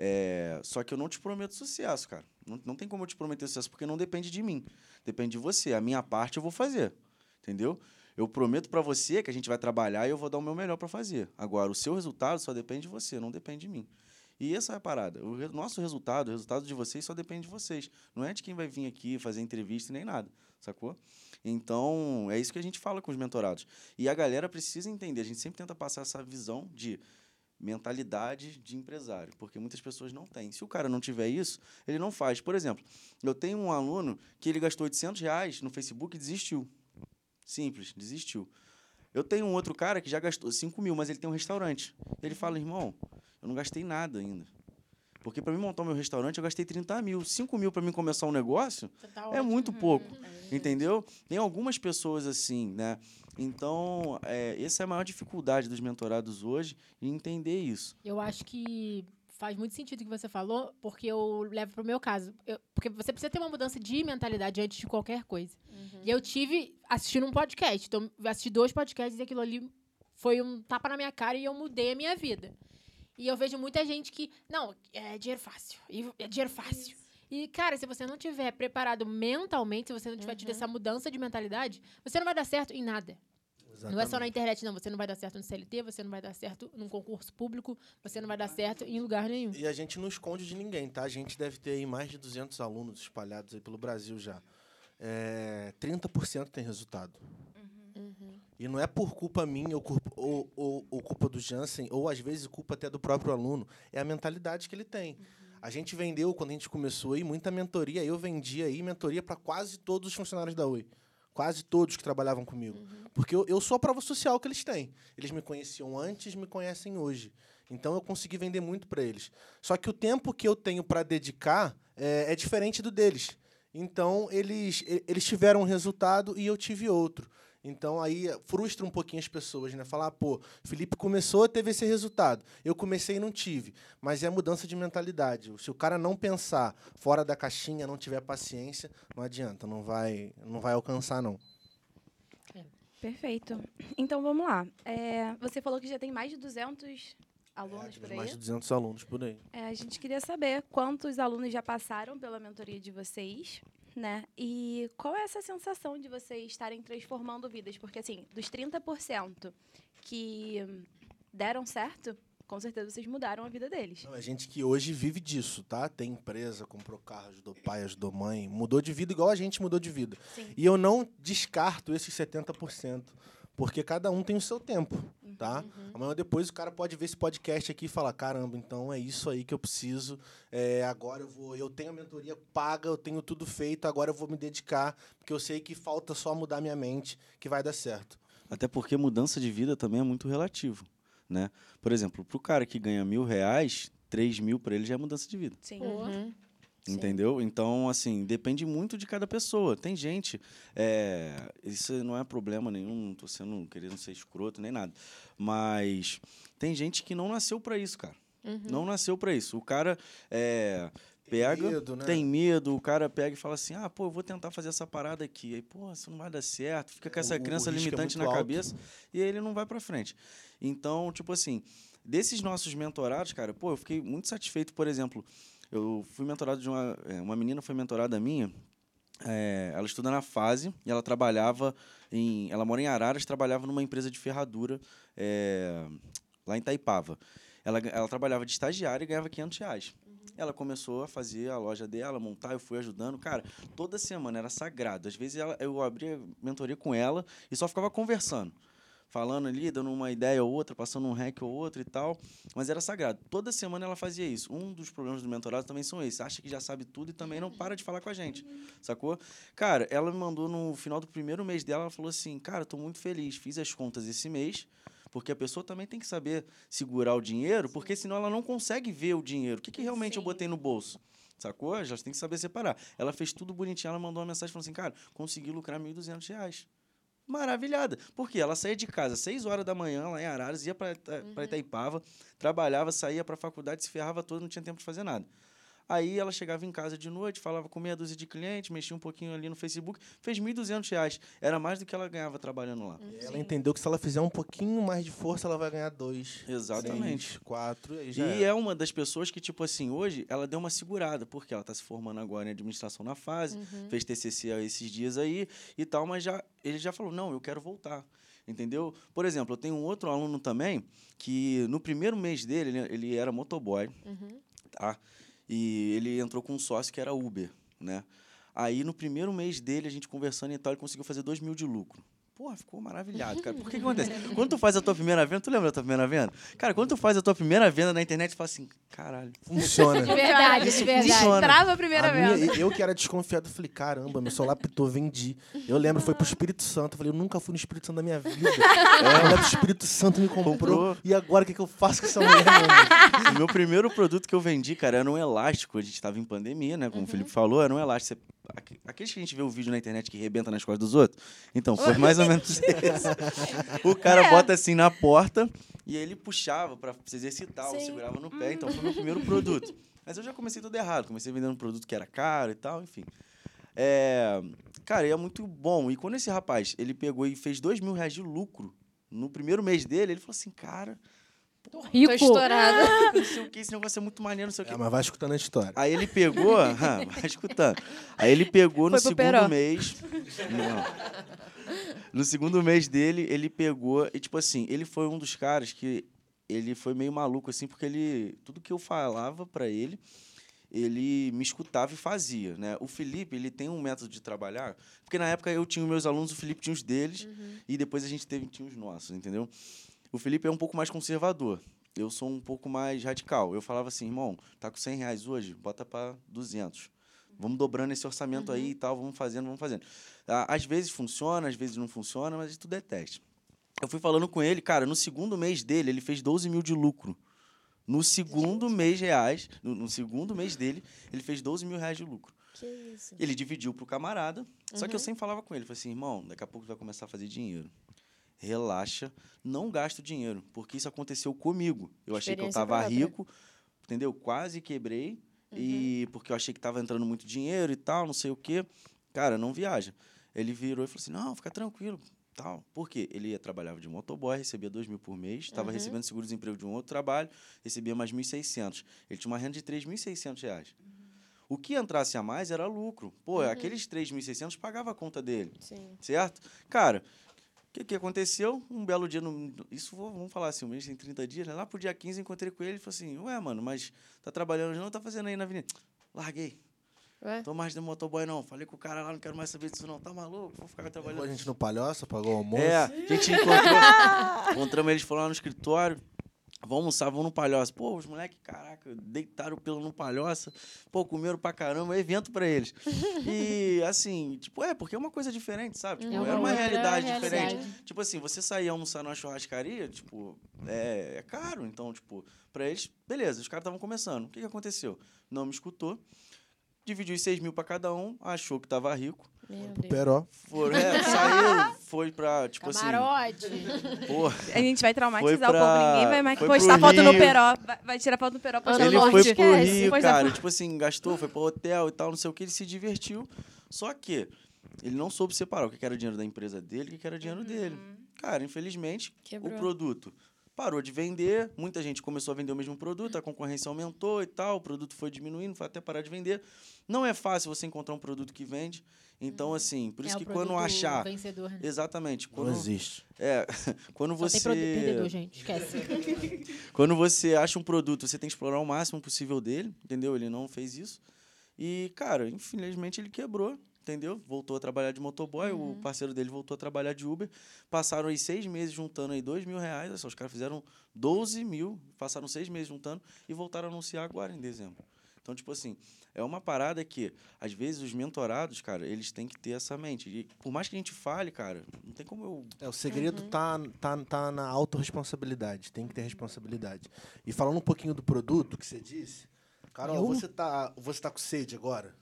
É, só que eu não te prometo sucesso, cara. Não, não tem como eu te prometer sucesso, porque não depende de mim. Depende de você. A minha parte eu vou fazer, entendeu? Eu prometo pra você que a gente vai trabalhar e eu vou dar o meu melhor pra fazer. Agora, o seu resultado só depende de você, não depende de mim. E essa é a parada. O re- nosso resultado, o resultado de vocês só depende de vocês. Não é de quem vai vir aqui fazer entrevista nem nada, sacou? Então, é isso que a gente fala com os mentorados. E a galera precisa entender. A gente sempre tenta passar essa visão de mentalidade de empresário, porque muitas pessoas não têm. Se o cara não tiver isso, ele não faz. Por exemplo, eu tenho um aluno que ele gastou oitocentos reais no Facebook e desistiu. Simples, desistiu. Eu tenho um outro cara que já gastou cinco mil, mas ele tem um restaurante. Ele fala, irmão, eu não gastei nada ainda. Porque para mim montar o meu restaurante, eu gastei trinta mil. cinco mil para mim começar um negócio Você tá é ótimo. muito pouco. Entendeu? Tem algumas pessoas assim, né? Então, é, essa é a maior dificuldade dos mentorados hoje, em entender isso. Eu acho que faz muito sentido o que você falou, porque eu levo pro meu caso. Eu- porque você precisa ter uma mudança de mentalidade antes de qualquer coisa. E eu tive assistindo um podcast. Então, eu assisti dois podcasts e aquilo ali foi um tapa na minha cara e eu mudei a minha vida. E eu vejo muita gente que, não, é dinheiro fácil. e É dinheiro fácil. E, cara, se você não tiver preparado mentalmente, se você não tiver tido essa mudança de mentalidade, você não vai dar certo em nada. Não é só na internet, não. Você não vai dar certo no C L T, você não vai dar certo num concurso público, você não vai dar certo em lugar nenhum. E a gente não esconde de ninguém, tá? A gente deve ter aí mais de duzentos alunos espalhados aí pelo Brasil já. É, trinta por cento tem resultado. E não é por culpa minha ou culpa, ou, ou, ou culpa do Jansen, ou às vezes culpa até do próprio aluno. É a mentalidade que ele tem. A gente vendeu, quando a gente começou aí, muita mentoria. Eu vendia aí mentoria para quase todos os funcionários da Oi. Quase todos que trabalhavam comigo. Porque eu, eu sou a prova social que eles têm. Eles me conheciam antes, me conhecem hoje. Então, eu consegui vender muito para eles. Só que o tempo que eu tenho para dedicar é, é diferente do deles. Então, eles, e- eles tiveram um resultado e eu tive outro. Então, aí frustra um pouquinho as pessoas, né? Falar, pô, Felipe começou, teve esse resultado. Eu comecei e não tive. Mas é mudança de mentalidade. Se o cara não pensar fora da caixinha, não tiver paciência, não adianta, não vai, não vai alcançar, não. Perfeito. Então, vamos lá. É, você falou que já tem mais de duzentos alunos É, por aí. mais de duzentos alunos por aí. É, a gente queria saber quantos alunos já passaram pela mentoria de vocês, né? E qual é essa sensação de vocês estarem transformando vidas? Porque, assim, dos trinta por cento que deram certo, com certeza vocês mudaram a vida deles. Não, é gente que hoje vive disso, tá? Tem empresa, comprou carro, ajudou pai, ajudou mãe, mudou de vida igual a gente mudou de vida. Sim. E eu não descarto esses setenta por cento, porque cada um tem o seu tempo, tá? Uhum. Amanhã ou depois o cara pode ver esse podcast aqui e falar, caramba, então é isso aí que eu preciso, é, agora eu vou, eu tenho a mentoria paga, eu tenho tudo feito, agora eu vou me dedicar, porque eu sei que falta só mudar minha mente, que vai dar certo. Até porque mudança de vida também é muito relativo, né? Por exemplo, para o cara que ganha mil reais, três mil para ele já é mudança de vida. Sim. Uhum. Sim. Entendeu? Então, assim, depende muito de cada pessoa. Tem gente, é, isso não é problema nenhum, não tô sendo, querendo ser escroto nem nada, mas tem gente que não nasceu para isso, cara. Uhum. Não nasceu para isso. O cara é, pega, medo, né? tem medo, o cara pega e fala assim, ah, pô, eu vou tentar fazer essa parada aqui. Aí, pô, isso não vai dar certo. Fica com essa O- o crença risco é limitante muito na alto. cabeça e aí ele não vai para frente. Então, tipo assim, desses nossos mentorados, cara, pô, eu fiquei muito satisfeito, por exemplo, eu fui mentorado de uma... é, uma menina foi mentorada minha, é, ela estuda na Fase e ela trabalhava em... Ela mora em Araras, trabalhava numa empresa de ferradura é, lá em Itaipava. Ela, ela trabalhava de estagiária e ganhava quinhentos reais. Ela começou a fazer a loja dela, montar, eu fui ajudando. Cara, toda semana era sagrado. Às vezes ela, eu abria mentoria com ela e só ficava conversando. Falando ali, dando uma ideia ou outra, passando um hack ou outro e tal. Mas era sagrado. Toda semana ela fazia isso. Um dos problemas do mentorado também são esses. Acha que já sabe tudo e também não para de falar com a gente. Sacou? Cara, ela me mandou no final do primeiro mês dela, ela falou assim, cara, tô muito feliz, fiz as contas esse mês, porque a pessoa também tem que saber segurar o dinheiro, porque senão ela não consegue ver o dinheiro. O que, que realmente eu Sim. botei no bolso? Sacou? Já tem que saber separar. Ela fez tudo bonitinho, ela mandou uma mensagem falando assim, cara, consegui lucrar mil e duzentos reais. Maravilhada. Porque ela saía de casa às seis horas da manhã, lá em Araras, ia para Uhum. Itaipava, trabalhava, saía para a faculdade, se ferrava toda, não tinha tempo de fazer nada. Aí ela chegava em casa de noite, falava com meia dúzia de clientes, mexia um pouquinho ali no Facebook, fez mil e duzentos reais. Era mais do que ela ganhava trabalhando lá. Ela Sim. entendeu que se ela fizer um pouquinho mais de força, ela vai ganhar dois, Exatamente. seis, quatro, e aí já E era. é uma das pessoas que, tipo assim, hoje ela deu uma segurada, porque ela está se formando agora em administração na Fase, Uhum. fez T C C esses dias aí e tal, mas já, ele já falou, não, eu quero voltar, entendeu? Por exemplo, eu tenho um outro aluno também, que no primeiro mês dele, ele, ele era motoboy, Uhum. tá? E ele entrou com um sócio que era Uber, né? Aí, no primeiro mês dele, a gente conversando e tal, ele conseguiu fazer dois mil de lucro. Porra, ficou maravilhado, cara. Por que que acontece? Quando tu faz a tua primeira venda, tu lembra da tua primeira venda? Cara, quando tu faz a tua primeira venda na internet, tu fala assim, caralho. Funciona. De verdade, Isso de verdade. funciona. Trava a primeira A minha- venda. eu que era desconfiado, falei, caramba, meu celular pitou, vendi. Eu lembro, foi pro Espírito Santo. Eu falei, eu nunca fui no Espírito Santo da minha vida. A mulher do Espírito Santo me comprou. Comprou. E agora o que, que eu faço com essa mulher, meu amigo? O meu primeiro produto que eu vendi, cara, era um elástico. A gente estava em pandemia, né? Como o Felipe falou, era um elástico. Você- aque- Aqueles que a gente vê o vídeo na internet que rebenta nas costas dos outros. Então, foi mais ou menos isso. O cara bota assim na porta e ele puxava para se exercitar, ou Sim. segurava no pé. Então, foi o meu primeiro produto. Mas eu já comecei tudo errado. Comecei vendendo um produto que era caro e tal, enfim. É, cara, e é muito bom. E quando esse rapaz, ele pegou e fez dois mil reais de lucro no primeiro mês dele, ele falou assim, cara, Tô Tô rico. estourada. não sei o que, esse negócio é muito maneiro, não sei o que. É, mas vai escutando a história. Aí ele pegou, ah, vai escutando. Aí ele pegou no Foi pro Peró. segundo mês. Não. No segundo mês dele, ele pegou e tipo assim, ele foi um dos caras que ele foi meio maluco assim, porque ele tudo que eu falava pra ele, ele me escutava e fazia, né? O Felipe, ele tem um método de trabalhar, porque na época eu tinha os meus alunos, o Felipe tinha os deles e depois a gente teve tinha os nossos, entendeu? O Felipe é um pouco mais conservador. Eu sou um pouco mais radical. Eu falava assim, irmão, tá com cem reais hoje? Bota para duzentos. Vamos dobrando esse orçamento aí e tal, vamos fazendo, vamos fazendo. Ah, Às vezes funciona, às vezes não funciona, mas tudo é teste. Eu fui falando com ele, cara, no segundo mês dele, ele fez doze mil de lucro. No segundo mês reais, no, no segundo mês dele, ele fez doze mil reais de lucro. Que isso. Ele dividiu pro camarada, só que eu Uhum. sempre falava com ele, falei assim, irmão, daqui a pouco tu vai começar a fazer dinheiro. Relaxa, não gasta o dinheiro, porque isso aconteceu comigo. Eu achei que eu Experiência estava própria. rico, entendeu? Quase quebrei, e porque eu achei que estava entrando muito dinheiro e tal, não sei o quê. Cara, não viaja. Ele virou e falou assim, não, fica tranquilo, tal. Por quê? Ele trabalhava de motoboy, recebia dois mil por mês, estava Uhum. recebendo seguro-desemprego de um outro trabalho, recebia mais mil e seiscentos. Ele tinha uma renda de três mil e seiscentos reais. O que entrasse a mais era lucro. Pô, Uhum. aqueles três mil e seiscentos pagava a conta dele, Sim. certo? Cara, o que, que aconteceu? Um belo dia, no, isso vamos falar assim, um mês tem trinta dias, né? Lá pro dia quinze, encontrei com ele e falei assim, ué, mano, mas tá trabalhando não? Tá fazendo aí na avenida? Larguei. Ué? Tô mais de motoboy, não. Falei com o cara lá, não quero mais saber disso, não. Tá maluco? Vou ficar Levou trabalhando. a gente no Palhoça, pagou o almoço. É, a gente encontrou. Encontramos eles, foram lá no escritório. Vamos almoçar, vamos no Palhoça. Pô, os moleques, caraca, deitaram o pelo no Palhoça. Pô, comeram pra caramba. É evento pra eles. E, assim, tipo, é, porque é uma coisa diferente, sabe? Tipo, É uma era uma outra realidade, realidade. diferente. Tipo assim, você sair almoçar numa churrascaria, tipo, é, é caro. Então, tipo, pra eles, beleza, os caras estavam começando. O que, que aconteceu? Não me escutou. Dividiu os seis mil pra cada um, achou que tava rico. Meu Pro Deus. Peró. Foram, é, saíram, foi pra, tipo Camarote. assim, pô, A gente vai traumatizar Foi o povo. pra- Ninguém vai mais foi postar pro foto no Rio. Peró. Vai, vai tirar foto no Peró postar ele no foi norte. pro Esquece. Rio, Pois é, cara, foi- tipo assim, gastou, foi pro hotel e tal, não sei o que, ele se divertiu. Só que ele não soube separar o que era dinheiro da empresa dele e o que era dinheiro dele. Cara, infelizmente, Quebrou. o produto parou de vender, muita gente começou a vender o mesmo produto, a concorrência aumentou e tal, o produto foi diminuindo, foi até parar de vender. Não é fácil você encontrar um produto que vende. Então, assim, por isso é que o quando produto achar... vencedor, né? Exatamente. Não Quando, existe. é, quando Só você... tem produto perdedor, gente. Esquece. Quando você acha um produto, você tem que explorar o máximo possível dele, entendeu? Ele não fez isso. E, cara, infelizmente ele quebrou, entendeu? Voltou a trabalhar de motoboy, Uhum. o parceiro dele voltou a trabalhar de Uber. Passaram aí seis meses juntando aí dois mil reais, olha só, os caras fizeram doze mil, passaram seis meses juntando e voltaram a anunciar agora em dezembro. Então, tipo assim, é uma parada que, às vezes, os mentorados, cara, eles têm que ter essa mente. E por mais que a gente fale, cara, não tem como eu... É, o segredo Uhum. tá, tá, tá na autorresponsabilidade. Tem que ter responsabilidade. E falando um pouquinho do produto que você disse, Carol, Eu? você tá, você tá com sede agora?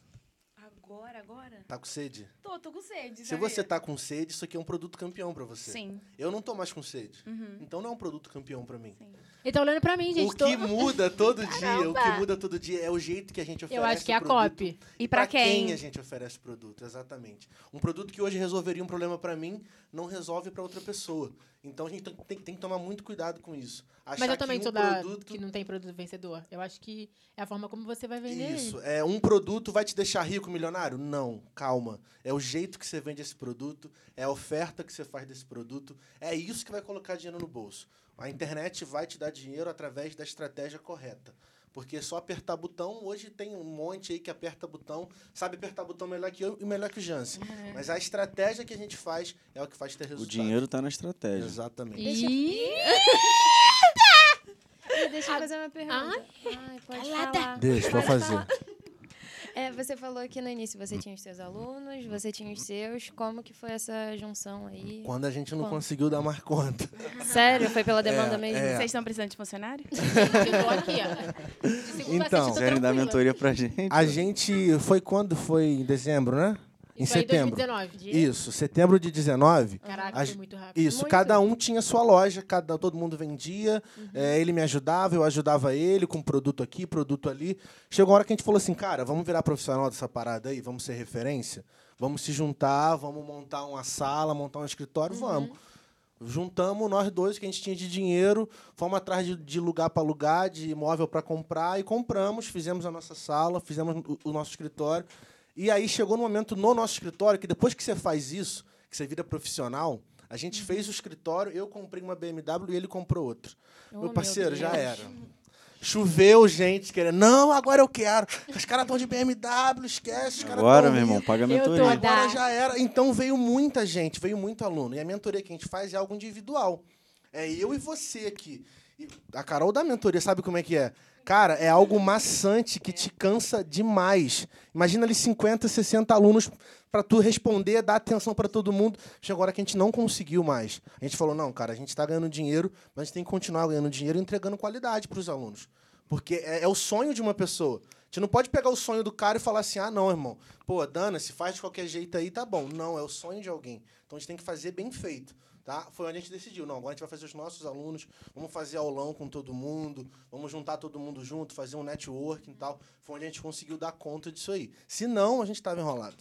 Agora, agora? Tá com sede? Tô, tô com sede, Se sabia? você tá com sede, isso aqui é um produto campeão pra você. Sim. Eu não tô mais com sede. Uhum. Então não é um produto campeão pra mim. Sim. Ele tá olhando pra mim, gente. O tô- que muda todo dia, o que Caramba! muda todo dia é o jeito que a gente oferece Eu acho que é o a produto. copy. E pra quem? a gente oferece o produto, exatamente. Um produto que hoje resolveria um problema pra mim, não resolve pra outra pessoa. Então a gente tem, tem- tem que tomar muito cuidado com isso. Achar Mas eu também que sou um da produto... que não tem produto vencedor. Eu acho que é a forma como você vai vender Isso. ele. É, um produto vai te deixar rico, milionário? Não, calma. É o jeito que você vende esse produto, é a oferta que você faz desse produto. É isso que vai colocar dinheiro no bolso. A internet vai te dar dinheiro através da estratégia correta. Porque só apertar botão, hoje tem um monte aí que aperta botão, sabe apertar botão melhor que eu e melhor que o Jansen. Mas a estratégia que a gente faz é o que faz ter resultado. O dinheiro tá na estratégia. Exatamente. E... Deixa eu fazer uma pergunta. Ai, pode calada. falar. Deixa, pode fazer. falar. É, você falou que no início você tinha os seus alunos, você tinha os seus. Como que foi essa junção aí? Quando a gente não Como? conseguiu dar mais conta. Sério? Foi pela demanda É, mesmo? é. Vocês estão precisando de funcionário? Eu tô aqui, ó. De segunda a Então. sexta, tô Quiserem dar tranquila. mentoria pra gente. A gente foi quando? Foi em dezembro, né? Em Isso aí, setembro. dois mil e dezenove. Dia. Isso, setembro de dezenove. Caraca, A foi gen- muito rápido. Isso, Muito. cada um tinha sua loja, cada, todo mundo vendia, é, ele me ajudava, eu ajudava ele com produto aqui, produto ali. Chegou uma hora que a gente falou assim, cara, vamos virar profissional dessa parada aí, vamos ser referência, vamos se juntar, vamos montar uma sala, montar um escritório, vamos. Juntamos nós dois que a gente tinha de dinheiro, fomos atrás de, de lugar para alugar, de imóvel para comprar e compramos, fizemos a nossa sala, fizemos o, o nosso escritório. E aí chegou no momento no nosso escritório que depois que você faz isso, que você vira profissional, a gente fez o escritório, eu comprei uma B M W e ele comprou outra. Oh, meu parceiro, Deus. já era. Choveu gente querendo, não, agora eu quero. Os caras estão de B M W, esquece. Os caras Agora, tão meu irmão, ricos. paga a Eu tô mentoria. da- Agora já era. Então veio muita gente, veio muito aluno. E a mentoria que a gente faz é algo individual. É eu e você aqui. E a Carol da mentoria sabe como é que é. Cara, é algo maçante que te cansa demais. Imagina ali cinquenta, sessenta alunos para tu responder, dar atenção para todo mundo. Chegou a hora que a gente não conseguiu mais. A gente falou, não, cara, a gente está ganhando dinheiro, mas a gente tem que continuar ganhando dinheiro e entregando qualidade para os alunos. Porque é, é o sonho de uma pessoa. A gente não pode pegar o sonho do cara e falar assim, ah, não, irmão, pô, Dana, se faz de qualquer jeito aí, tá bom. Não, é o sonho de alguém. Então a gente tem que fazer bem feito. Tá? Foi onde a gente decidiu. Não, agora a gente vai fazer os nossos alunos, vamos fazer aulão com todo mundo, vamos juntar todo mundo junto, fazer um networking e tal. Foi onde a gente conseguiu dar conta disso aí. Se não, a gente estava enrolado.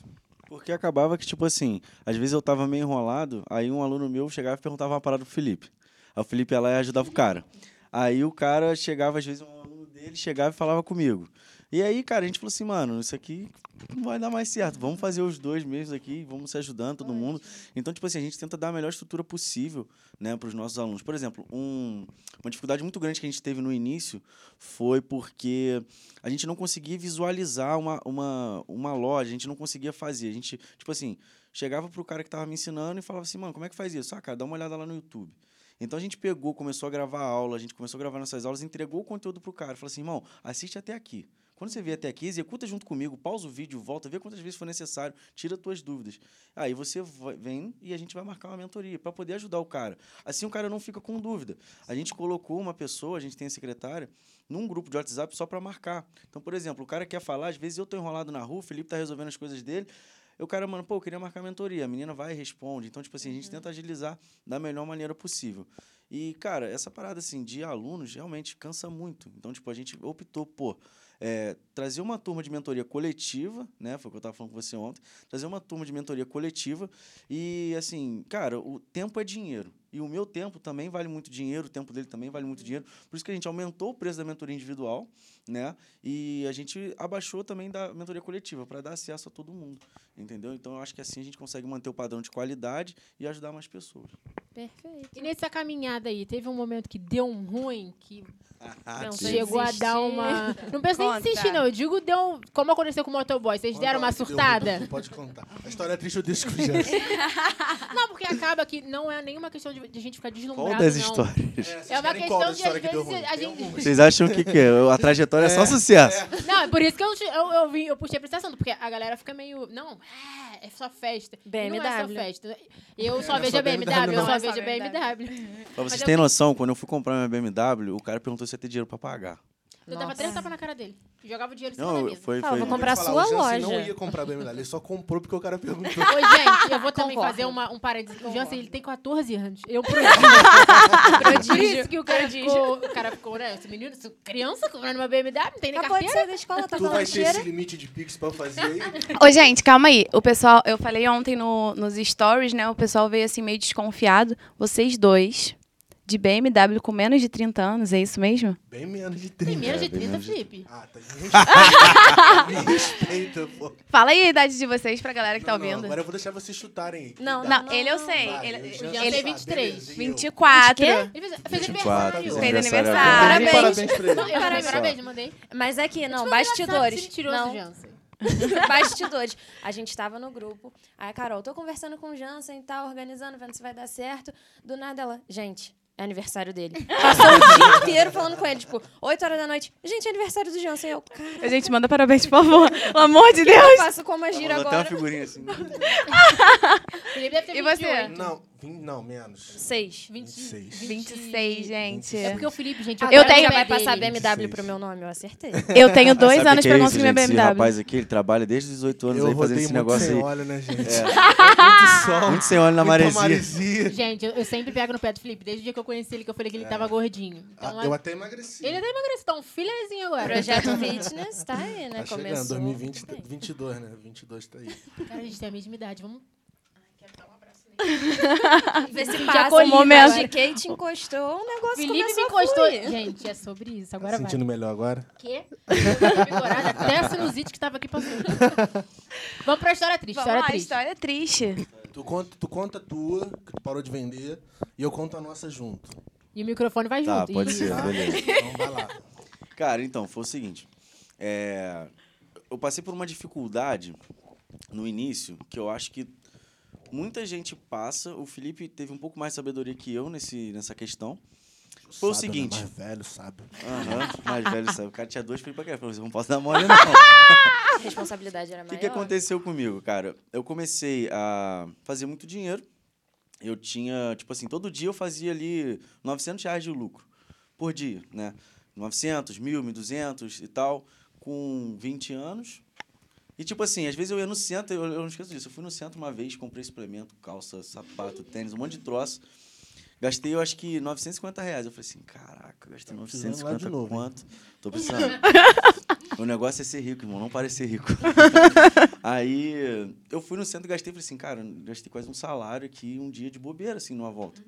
Porque acabava que, tipo assim, às vezes eu tava meio enrolado, aí um aluno meu chegava e perguntava uma parada pro Felipe. Aí o Felipe ia lá e ajudava o cara. Aí o cara chegava, às vezes um aluno dele chegava e falava comigo. E aí, cara, a gente falou assim, mano, isso aqui não vai dar mais certo. Vamos fazer os dois mesmos aqui, vamos se ajudando, todo mundo. Então, tipo assim, a gente tenta dar a melhor estrutura possível, né, para os nossos alunos. Por exemplo, um, uma dificuldade muito grande que a gente teve no início foi porque a gente não conseguia visualizar uma, uma, uma loja, a gente não conseguia fazer. A gente, tipo assim, chegava pro cara que tava me ensinando e falava assim, mano, como é que faz isso? Ah, cara, dá uma olhada lá no YouTube. Então a gente pegou, começou a gravar aula, a gente começou a gravar nossas aulas, entregou o conteúdo pro cara. Falou assim, irmão, assiste até aqui. Quando você vier até aqui, executa junto comigo, pausa o vídeo, volta, vê quantas vezes for necessário, tira as tuas dúvidas. Aí você vai, vem e a gente vai marcar uma mentoria para poder ajudar o cara. Assim o cara não fica com dúvida. A gente colocou uma pessoa, a gente tem a secretária, num grupo de WhatsApp só para marcar. Então, por exemplo, o cara quer falar, às vezes eu estou enrolado na rua, o Felipe está resolvendo as coisas dele, o cara, mano, pô, eu queria marcar a mentoria. A menina vai e responde. Então, tipo assim, a gente uhum. tenta agilizar da melhor maneira possível. E, cara, essa parada, assim, de alunos realmente cansa muito. Então, tipo, a gente optou por é, trazer uma turma de mentoria coletiva, né? Foi o que eu estava falando com você ontem. Trazer uma turma de mentoria coletiva e, assim, cara, o tempo é dinheiro. E o meu tempo também vale muito dinheiro, o tempo dele também vale muito dinheiro. Por isso que a gente aumentou o preço da mentoria individual, né? E a gente abaixou também da mentoria coletiva para dar acesso a todo mundo, entendeu? Então, eu acho que assim a gente consegue manter o padrão de qualidade e ajudar mais pessoas. Perfeito. E nessa caminhada aí, teve um momento que deu um ruim, que Ah, não, sim. chegou a dar uma... Não penso nem em Conta. desistir, não. Eu digo, deu um... como aconteceu com o motoboy. Vocês Conta deram uma lá que deu surtada? ruim, pode contar. A história é triste, eu deixo com o Jansen. Não, porque acaba que não é nenhuma questão de, de a gente ficar deslumbrado, Qual das não. histórias? É uma questão de, às vezes, a Tem gente... algumas. Vocês acham que, que é? A trajetória é, só sucesso? Não, é por isso que eu, eu, eu, vim, eu puxei pra esse assunto, porque a galera fica meio... Não, é, é só festa. B M E não é só W. festa. Eu só não é vejo só a B M W, B M W, eu não. só Não é só vejo a B M W. Pra vocês eu terem vi- noção, quando eu fui comprar minha B M W, o cara perguntou se ia ter dinheiro pra pagar. Eu dava Nossa. três tapas na cara dele. Jogava o dinheiro em cima da Não, mesa. foi... Fala, foi... vou comprar Falar, sua o Jansen não loja. ia comprar B M W, ele só comprou porque o cara perguntou. Ô, gente, eu vou também Concordo. fazer uma, um parênteses. O Jansen, ele tem quatorze anos. Eu Prodígio. Por isso que o cara ficou, o cara ficou, né? Esse menino, essa criança comprando uma B M W, não tem nem Acabou de carteira. sair da escola, tá Tu vai falando ter cheira. esse limite de Pix pra fazer aí? Ô, gente, calma aí. O pessoal, eu falei ontem no, nos stories, né? O pessoal veio assim meio desconfiado. Vocês dois, de B M W com menos de trinta anos, é isso mesmo? Bem menos de Tem trinta. menos de É, bem trinta, menos de- Felipe. Ah, tá. Me respeita, me respeita, pô. Fala aí a idade de vocês pra galera que tá Não, não, ouvindo. agora eu vou deixar vocês chutarem aí. Não, Cuidado. Não, ele eu Não, sei. Vai, ele, eu já ele sei. tem Ah, vinte e três. beleza, e eu? vinte e quatro. Quê? Ele fez, fez vinte e quatro, aniversário. Fez aniversário aniversário. agora. Parabéns. Parabéns pra ele. Não, eu mandei Só. parabéns, mandei. Mas aqui, não, Tipo, bastidores. Mentiroso, Não, Jansen. bastidores. A gente tava no grupo. Aí a Carol, tô conversando com o Jansen e tal, organizando, vendo se vai dar certo. Do nada ela, gente, é aniversário dele. Passou o dia inteiro falando com ele, tipo, oito horas da noite. Gente, é aniversário do Jansen. Eu, cara, A gente manda parabéns, por favor. Pelo amor de eu Deus. faço como a gira Mandou até uma agora. figurinha assim. Felipe deve ter E você? vinte e oito. Não, vim- não, menos. Seis. vinte, vinte e seis. vinte e seis, gente. É porque o Felipe, gente... Agora tenho- já vai dele. passar B M W vinte e seis. pro meu nome, eu acertei. Eu tenho dois Sabe anos que pra é isso, conseguir minha gente? B M Esse W. rapaz aqui, ele trabalha desde os dezoito anos Eu aí fazendo rodei esse muito negócio sem aí. óleo, né, gente? É. Muito sol. Muito sem óleo na muita maresia. maresia. Gente, eu, eu sempre pego no pé do Felipe. Desde o dia que eu conheci ele, que eu falei que ele tava gordinho. Então, Ah, eu até emagreci. ele até emagreceu. Tá um filhazinho agora. Projeto Fitness tá aí, né? Tá chegando, Começou. dois mil e vinte, bem. vinte e dois, né? vinte e dois tá aí. Cara, a gente tem a mesma idade. Vamos... Ai, quero dar um abraço nele. Vê se Já passa. colhi, Um momento. agora. Kate encostou, o negócio Felipe me começou a encostou. fluir. Gente, é sobre isso. Tá Agora vai. sentindo melhor agora? Quê? Vigorada. Até a sinusite que tava aqui passou. Vamos pra história triste. Vamos História lá, triste. história triste. Tu conta, tu conta a tua, que tu parou de vender, e eu conto a nossa junto. E o microfone vai Tá, junto. pode E- ser, beleza. Então vai lá. Cara, então, foi o seguinte. é, Eu passei por uma dificuldade no início, que eu acho que muita gente passa. O Felipe teve um pouco mais de sabedoria que eu nesse, nessa questão. Foi o Sábio, né? seguinte. Mais velho, sabe? Aham, mais velho, sabe? O cara tinha dois filhos pra quê? Você não posso dar mole, não. A responsabilidade era O maior. que, que aconteceu comigo, cara? Eu comecei a fazer muito dinheiro. Eu tinha, tipo assim, todo dia eu fazia ali novecentos reais de lucro por dia, né? novecentos, mil, mil e duzentos e tal, com vinte anos. E, tipo assim, às vezes eu ia no centro, eu, eu não esqueço disso, eu fui no centro uma vez, comprei suplemento, calça, sapato, tênis, um monte de troço. Gastei, eu acho que novecentos e cinquenta reais. Eu falei assim, caraca, gastei Tá precisando novecentos e lá de cinquenta novo, hein? quanto? Tô precisando. O negócio é ser rico, irmão, não parecer rico. Aí eu fui no centro e gastei, falei assim, cara, gastei quase um salário aqui, um dia de bobeira, assim, numa volta.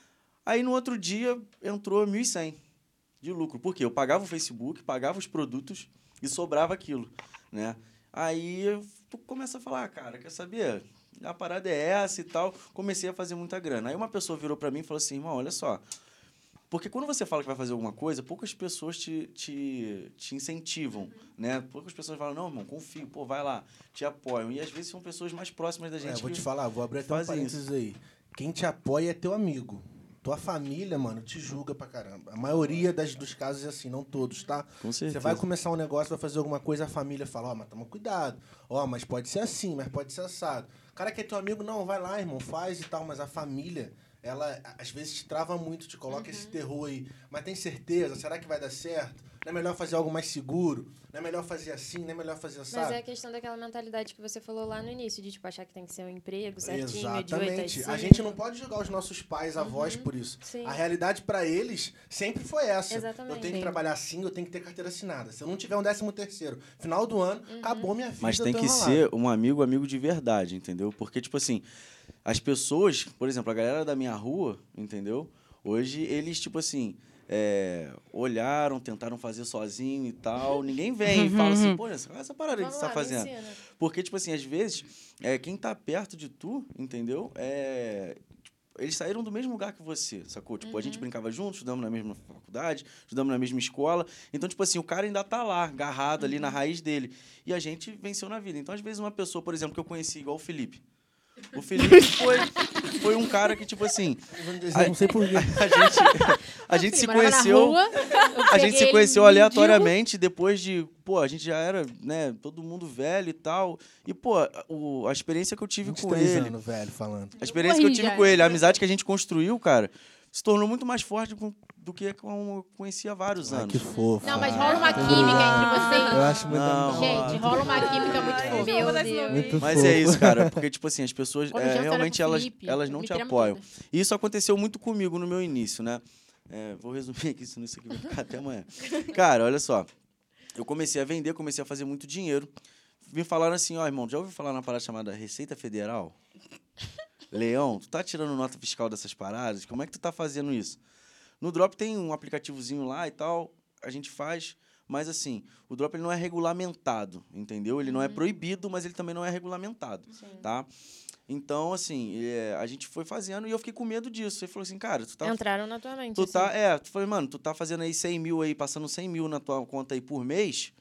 Aí no outro dia entrou mil e cem de lucro. Por quê? Eu pagava o Facebook, pagava os produtos e sobrava aquilo, né? Aí tu começa a falar, ah, cara, quer saber? A parada é essa e tal. Comecei a fazer muita grana. Aí uma pessoa virou pra mim e falou assim, irmão, olha só. Porque quando você fala que vai fazer alguma coisa, poucas pessoas te, te, te incentivam, né? Poucas pessoas falam, não, irmão, confio, pô, vai lá, te apoiam. E às vezes são pessoas mais próximas da gente. É, vou que te falar, vou abrir até um fazem parênteses isso. aí. Quem te apoia é teu amigo. Tua família, mano, te julga pra caramba. A maioria das, dos casos é assim, não todos, tá? Com certeza. Você vai começar um negócio, vai fazer alguma coisa, a família fala, ó, oh, mas toma cuidado. Ó, oh, mas pode ser assim, mas pode ser assado. O cara que é teu amigo, não, vai lá, irmão, faz e tal. Mas a família, ela às vezes te trava muito, te coloca esse terror aí. Mas tem certeza? Será que vai dar certo? Não é melhor fazer algo mais seguro? Não é melhor fazer assim? Não é melhor fazer assado? Mas é a questão daquela mentalidade que você falou lá no início, de tipo, achar que tem que ser um emprego certinho, Exatamente. de oito às cinco. A gente não pode julgar os nossos pais, avós, por isso. Sim. A realidade pra eles sempre foi essa. Exatamente. Eu tenho que Sim. trabalhar assim, eu tenho que ter carteira assinada. Se eu não tiver um décimo terceiro, final do ano, acabou minha vida. Mas eu tem tô que enrolado. ser um amigo, amigo de verdade, entendeu? Porque, tipo assim, as pessoas, por exemplo, a galera da minha rua, entendeu? Hoje, eles, tipo assim, é, olharam, tentaram fazer sozinho e tal. Ninguém vem e fala assim, pô, essa, essa parada que Vamos você tá lá, me fazendo. ensina. Porque, tipo assim, às vezes, é, quem tá perto de tu, entendeu? É, eles saíram do mesmo lugar que você, sacou? Tipo, a gente brincava junto, estudamos na mesma faculdade, estudamos na mesma escola. Então, tipo assim, o cara ainda tá lá, agarrado ali na raiz dele. E a gente venceu na vida. Então, às vezes, uma pessoa, por exemplo, que eu conheci igual o Felipe. O Felipe foi, foi um cara que, tipo assim... Eu vou dizer, não sei porquê. A gente, a gente se Morava na conheceu... rua, eu A gente peguei se ele conheceu mendigo. aleatoriamente, depois de... Pô, a gente já era, né, todo mundo velho e tal. E, pô, o, a experiência que eu tive vinte e com três ele... anos, velho, falando. A experiência que eu Morri tive já. com ele, a amizade que a gente construiu, cara, se tornou muito mais forte com- do que como eu conhecia há vários Ai, anos. que fofo. Não, mas rola uma química entre vocês. Eu acho muito... Não, Gente, rola uma química muito fofa. Meu Deus. muito Mas fofo. é isso, cara, porque, tipo assim, as pessoas, Quando é, o Jansen olha realmente, pro elas, Felipe, elas eu não me te tremo apoiam. toda. E isso aconteceu muito comigo no meu início, né? É, vou resumir aqui, senão isso aqui vai ficar até amanhã. Cara, olha só. Eu comecei a vender, comecei a fazer muito dinheiro. Me falaram assim, ó, irmão, já ouviu falar na parada chamada Receita Federal? Leão, tu tá tirando nota fiscal dessas paradas? Como é que tu tá fazendo isso? No Drop tem um aplicativozinho lá e tal, a gente faz, mas assim, o Drop ele não é regulamentado, entendeu? Ele não é proibido, mas ele também não é regulamentado, tá? Então, assim, é, a gente foi fazendo e eu fiquei com medo disso. Ele falou assim, cara, tu tá... Entraram na tua mente. Tu assim. tá, é, tu falei, mano, tu tá fazendo aí cem mil aí, passando cem mil na tua conta aí por mês.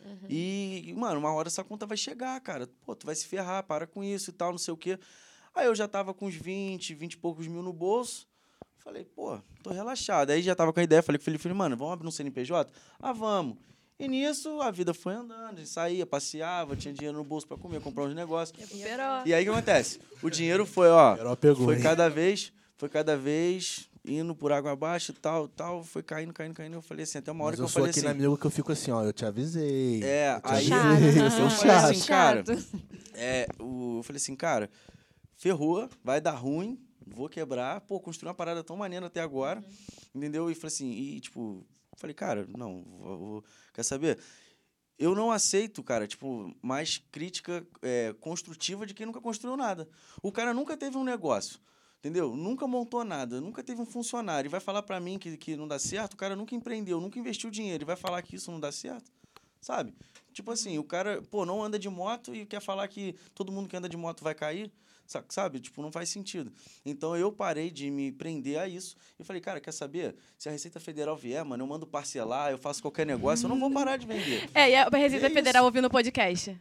E, mano, uma hora essa conta vai chegar, cara. Pô, tu vai se ferrar, para com isso e tal, não sei o quê. Aí eu já tava com uns vinte, vinte e poucos mil no bolso. Falei, pô, tô relaxado. Aí já tava com a ideia, falei com o Felipe, falei, mano, vamos abrir um C N P J? Ah, vamos. E nisso, a vida foi andando, a gente saía, passeava, tinha dinheiro no bolso pra comer, comprar uns negócios. Recuperou. E aí o que acontece? O dinheiro foi, ó, Peró pegou, foi hein? cada vez, foi cada vez indo por água abaixo e tal, tal, foi caindo, caindo, caindo. Eu falei assim, até uma hora Mas que eu eu sou falei aquele assim... amigo que eu fico assim, ó, eu te avisei. É, eu te aí avisei, eu sou falei chato. assim, cara, Chato. é, o, eu falei assim, cara, ferrou, vai dar ruim, vou quebrar, pô, construí uma parada tão maneira até agora, entendeu? E falei assim, e tipo, falei, cara, não, vou, vou- quer saber? Eu não aceito, cara, tipo, mais crítica é, construtiva de quem nunca construiu nada. O cara nunca teve um negócio, entendeu? Nunca montou nada, nunca teve um funcionário. E vai falar pra mim que, que não dá certo, o cara nunca empreendeu, nunca investiu dinheiro. E vai falar que isso não dá certo, sabe? Tipo assim, o cara, pô, não anda de moto e quer falar que todo mundo que anda de moto vai cair, sa- sabe? Tipo, não faz sentido. Então, eu parei de me prender a isso e falei, cara, quer saber? Se a Receita Federal vier, mano, eu mando parcelar, eu faço qualquer negócio, eu não vou parar de vender. É, e a Receita É Federal isso. ouvindo o podcast.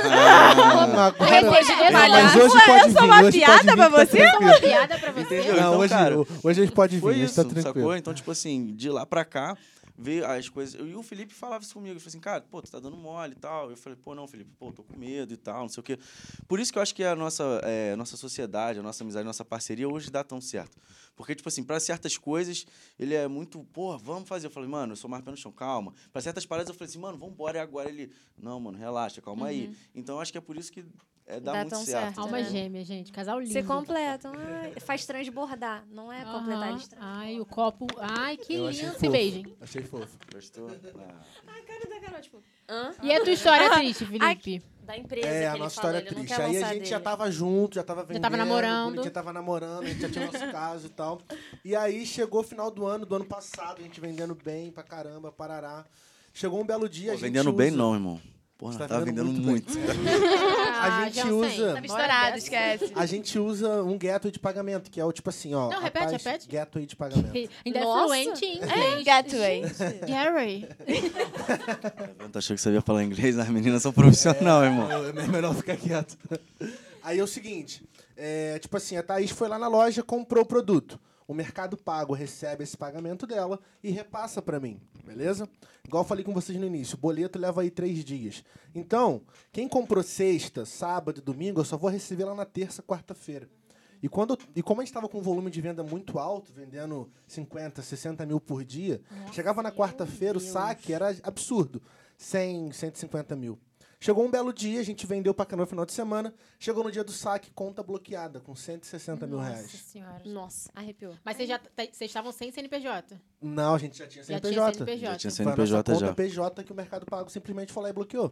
Não, agora... Eu entendi. Não, Mas mas eu hoje pode sou vir, uma hoje piada pode vir, pra tá você? tranquilo. Piada pra você. Entendeu? Não, Então, hoje, cara, hoje a gente pode vir, Foi hoje isso, tá tranquilo. sacou? Então, tipo assim, de lá pra cá, ver as coisas... E o Felipe falava isso comigo. Ele falou assim, cara, pô, tu tá dando mole e tal. Eu falei, pô, não, Felipe, pô, tô com medo e tal, não sei o quê. Por isso que eu acho que a nossa, é, nossa sociedade, a nossa amizade, a nossa parceria hoje dá tão certo. Porque, tipo assim, pra certas coisas, ele é muito, pô, vamos fazer. Eu falei, mano, eu sou mais pé no chão, calma. Pra certas paradas, eu falei assim, mano, vambora. E agora ele, não, mano, relaxa, calma aí. Então, eu acho que é por isso que é, dá, Dá muito tão certo. certo, Alma né? gêmea, gente. Casal lindo. Se completam. Ai, faz transbordar. Não é completar, Aham. eles transbordam. Ai, o copo. Ai, que Eu achei lindo. Se fofo. beijem. Achei fofo. Gostou? Ah. A cara da Carol, tipo... Hã? E a tua história triste, Felipe? Da empresa É, que a ele nossa falou, história é ele não triste. quer Aí a lançar gente já dele. tava junto, já tava vendendo. tava namorando. O bonitinho tava namorando, a gente já tinha nosso caso e tal. E aí chegou o final do ano, do ano passado, a gente vendendo bem pra caramba, parará. Chegou um belo dia, Pô, a gente vendendo bem usa- não, irmão. Porra, Você nós tá tava vendendo vendendo muito. muito Ah, A gente Jansen, usa- Tava bora estourado, dessa. esquece. A gente usa um gateway de pagamento, que é o tipo assim, ó. Não, repete, rapaz, repete. Gateway de pagamento. Ainda é Nossa. fluente em É, inglês. Gateway. Gary. Tu achou que sabia falar inglês? As meninas são profissionais, irmão. É melhor ficar quieto. Aí é o seguinte, é, tipo assim, a Thaís foi lá na loja, comprou o produto. O Mercado Pago recebe esse pagamento dela e repassa pra mim, beleza? Igual eu falei com vocês no início, o boleto leva aí três dias. Então, quem comprou sexta, sábado e domingo, eu só vou receber lá na terça, quarta-feira. E, quando, e como a gente estava com um volume de venda muito alto, vendendo cinquenta, sessenta mil por dia, chegava na quarta-feira, o saque era absurdo. cem, cento e cinquenta mil. Chegou um belo dia, a gente vendeu pra caramba no final de semana. Chegou no dia do saque, conta bloqueada, com cento e sessenta mil Nossa reais. senhora. Nossa, arrepiou. Mas vocês já t- vocês estavam sem C N P J? Não, a gente já tinha Já C N P J. tinha C N P J. Já tinha Foi a nossa C N P J conta já. P J que o Mercado Pago simplesmente foi lá e bloqueou.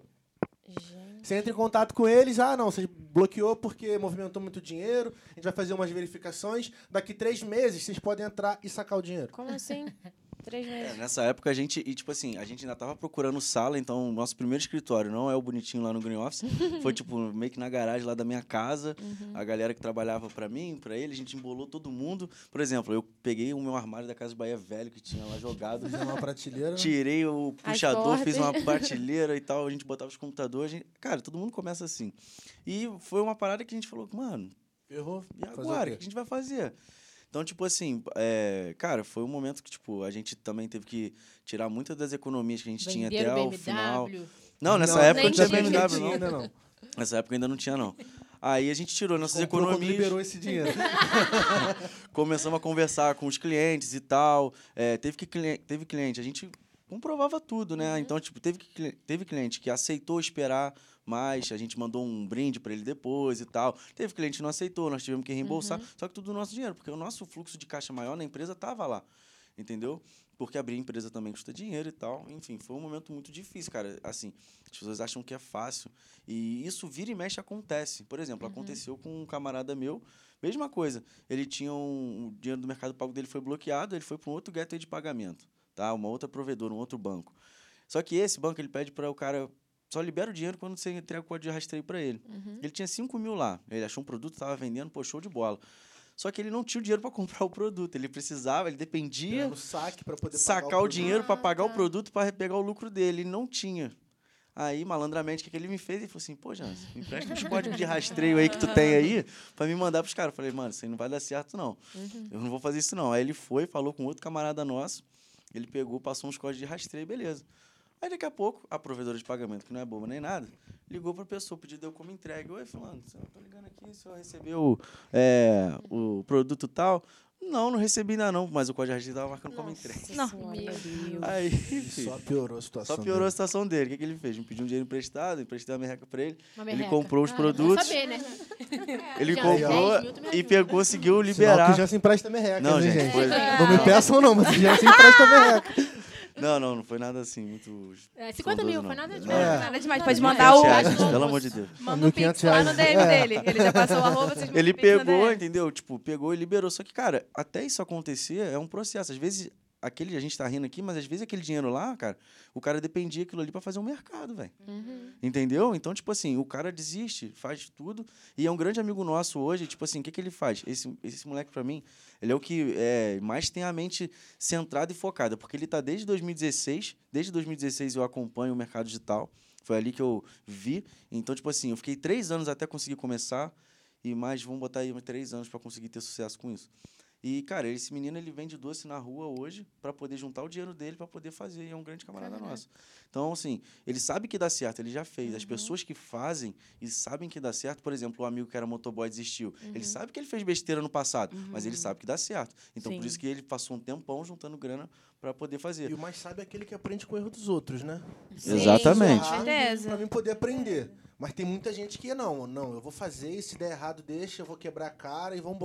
Gente. Você entra em contato com eles, ah, não, você bloqueou porque movimentou muito dinheiro, a gente vai fazer umas verificações, daqui três meses vocês podem entrar e sacar o dinheiro. Como assim? Três É, meses. nessa época a gente, e tipo assim, a gente ainda tava procurando sala, então o nosso primeiro escritório não é o bonitinho lá no Green Office, foi tipo meio que na garagem lá da minha casa, a galera que trabalhava pra mim, pra ele, a gente embolou todo mundo. Por exemplo, eu peguei o meu armário da Casa de Bahia velho que tinha lá jogado, Fizer uma prateleira. tirei o As puxador, portas. fiz uma prateleira e tal, a gente botava os computadores, a gente- cara, todo mundo começa assim. E foi uma parada que a gente falou, mano, Errou. e Fazer o agora? O quê? que a gente vai fazer? Então, tipo assim, é, cara, foi um momento que, tipo, a gente também teve que tirar muitas das economias que a gente tinha até Venderam ao B M final. W. Não, nessa Não, época nem não tinha tinha. B M W, não. Ainda não. Nessa época ainda não tinha, não. Aí a gente tirou nossas Comprou quando economias, liberou esse dinheiro. começamos a conversar com os clientes e tal. É, teve, que, cli- teve cliente, a gente comprovava tudo, né? Então, tipo, teve, que cli- teve cliente que aceitou esperar mais, a gente mandou um brinde para ele depois e tal. Teve cliente que não aceitou, nós tivemos que reembolsar, só que tudo do nosso dinheiro, porque o nosso fluxo de caixa maior na empresa estava lá, entendeu? Porque abrir empresa também custa dinheiro e tal. Enfim, foi um momento muito difícil, cara. Assim, as pessoas acham que é fácil. E isso vira e mexe acontece. Por exemplo, aconteceu com um camarada meu, mesma coisa. Ele tinha um, o dinheiro do Mercado Pago dele foi bloqueado, ele foi para um outro gateway de pagamento, tá? Uma outra provedora, um outro banco. Só que esse banco, ele pede para o cara... Só libera o dinheiro quando você entrega o código de rastreio para ele. Ele tinha cinco mil lá. Ele achou um produto, estava vendendo, pô, show de bola. Só que ele não tinha o dinheiro para comprar o produto. Ele precisava, ele dependia No saque para poder sacar pagar o, produto. dinheiro para Ah, pagar o tá. produto para pegar o lucro dele. Ele não tinha. Aí, malandramente, o que, que ele me fez? Ele falou assim, pô, Jansen, me empresta uns códigos de rastreio aí que tu tem aí para me mandar pros caras. Eu falei, mano, isso aí não vai dar certo, não. Eu não vou fazer isso, não. Aí ele foi, falou com outro camarada nosso, ele pegou, passou uns códigos de rastreio, beleza. Aí, daqui a pouco, a provedora de pagamento, que não é boba nem nada, ligou para a pessoa, pediu deu como entregue. Oi, fulano, eu tô ligando aqui, o senhor recebeu é, o produto tal? Não, não recebi ainda não, mas o código de rastreio estava marcando como entregue. Não. Meu Deus. Aí, E enfim, só piorou a situação. só piorou a dele. situação dele. O que, que ele fez? Me pediu um dinheiro emprestado, emprestei uma merreca para ele. Uma Ele merreca. comprou os Ah, produtos. Vou saber, né? Ele Já, comprou dez mil, tu me e ajuda. pegou, conseguiu Sinal que liberar. já se empresta merreca, Não, né, gente, gente? foi- Não me peçam não, mas já se empresta merreca. Não, não, não foi nada assim, muito... É, cinquenta mil, saudoso, foi não. nada de Não, É. Nada demais. Pode Não, mandar o. quinhentos reais, Gasto gente, pelo no amor de almoço. Deus. Manda mil um e quinhentos pix lá no reais. D M É. dele. Ele já passou o arroba, vocês mandam Ele um pix no pegou, D M. entendeu? Tipo, pegou e liberou. Só que, cara, até isso acontecer é um processo. Às vezes, aquele, a gente tá rindo aqui, mas às vezes aquele dinheiro lá, cara, o cara dependia aquilo ali pra fazer um mercado, velho. Entendeu? Então, tipo assim, o cara desiste, faz tudo. E é um grande amigo nosso hoje, tipo assim, o que, que ele faz? Esse, esse moleque, pra mim, ele é o que é, mais tem a mente centrada e focada, porque ele tá desde dois mil e dezesseis, desde dois mil e dezesseis eu acompanho o mercado digital, foi ali que eu vi. Então, tipo assim, eu fiquei três anos até conseguir começar, e mais, vamos botar aí três anos para conseguir ter sucesso com isso. E, cara, esse menino, ele vende doce na rua hoje para poder juntar o dinheiro dele para poder fazer. E é um grande camarada nosso. Então, assim, ele sabe que dá certo, ele já fez. As pessoas que fazem e sabem que dá certo, por exemplo, o amigo que era motoboy desistiu. Ele sabe que ele fez besteira no passado, mas ele sabe que dá certo. Então, Sim. por isso que ele passou um tempão juntando grana para poder fazer. E o mais sábio é aquele que aprende com o erro dos outros, né? Exatamente. Com certeza. Pra mim poder aprender. Mas tem muita gente que não, não, eu vou fazer, e se der errado, deixa, eu vou quebrar a cara e vambora.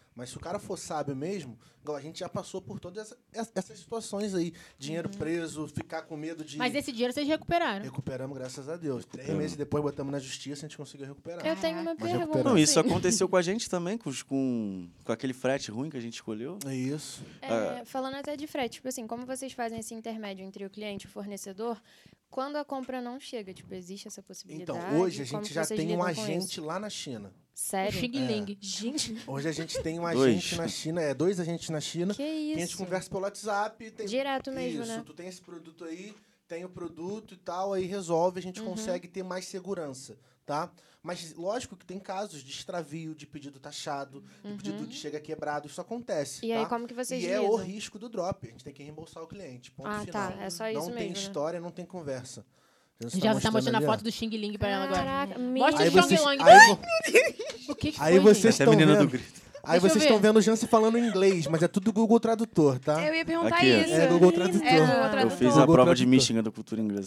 Mas se o cara for sábio mesmo, igual a gente já passou por todas essa, essas situações aí. Dinheiro Uhum. preso, ficar com medo de... Mas esse dinheiro vocês recuperaram. Recuperamos, graças a Deus. Três meses depois botamos na justiça e a gente conseguiu recuperar. Eu tenho uma Mas pergunta. recuperamos. Não, isso assim. aconteceu com a gente também, com, os- com, com aquele frete ruim que a gente escolheu. É isso. É, falando até de frete, tipo assim, como vocês fazem esse intermédio entre o cliente e o fornecedor, quando a compra não chega, tipo, existe essa possibilidade? Então, hoje a Como gente que já vocês tem um lidam com agente isso? lá na China. O Sério? Xing É. Ling. Gente, Hoje a gente tem um Dois. agente na China, é, dois agentes na China. que Que a gente isso? conversa pelo WhatsApp. Tem... Direto mesmo, Isso, né? tu tem esse produto aí, tem o produto e tal, aí resolve, a gente Uhum. consegue ter mais segurança, tá? Mas lógico que tem casos de extravio, de pedido taxado, de pedido de chega quebrado, isso acontece, Uhum. E tá? aí, como que vocês E é lidam? o risco do drop, a gente tem que reembolsar o cliente, ponto Ah, final. tá, é só Não isso tem mesmo, né? história, não tem conversa. Já você tá mostrando a ali, foto ó. do Xing Ling pra ela agora. Caraca, Mostra Aí o Xing vocês, Long. aí, vo- O que, que aí foi, vocês Essa é a estão menina do vendo, grito. aí Deixa eu vocês ver. estão vendo o Jansen falando em inglês, mas é tudo Google Tradutor, tá? Eu ia perguntar Aqui, ó. isso. É Google Tradutor. É Google Eu Tradutor. Eu fiz a Google prova de Tradutor. Michigan da cultura inglesa.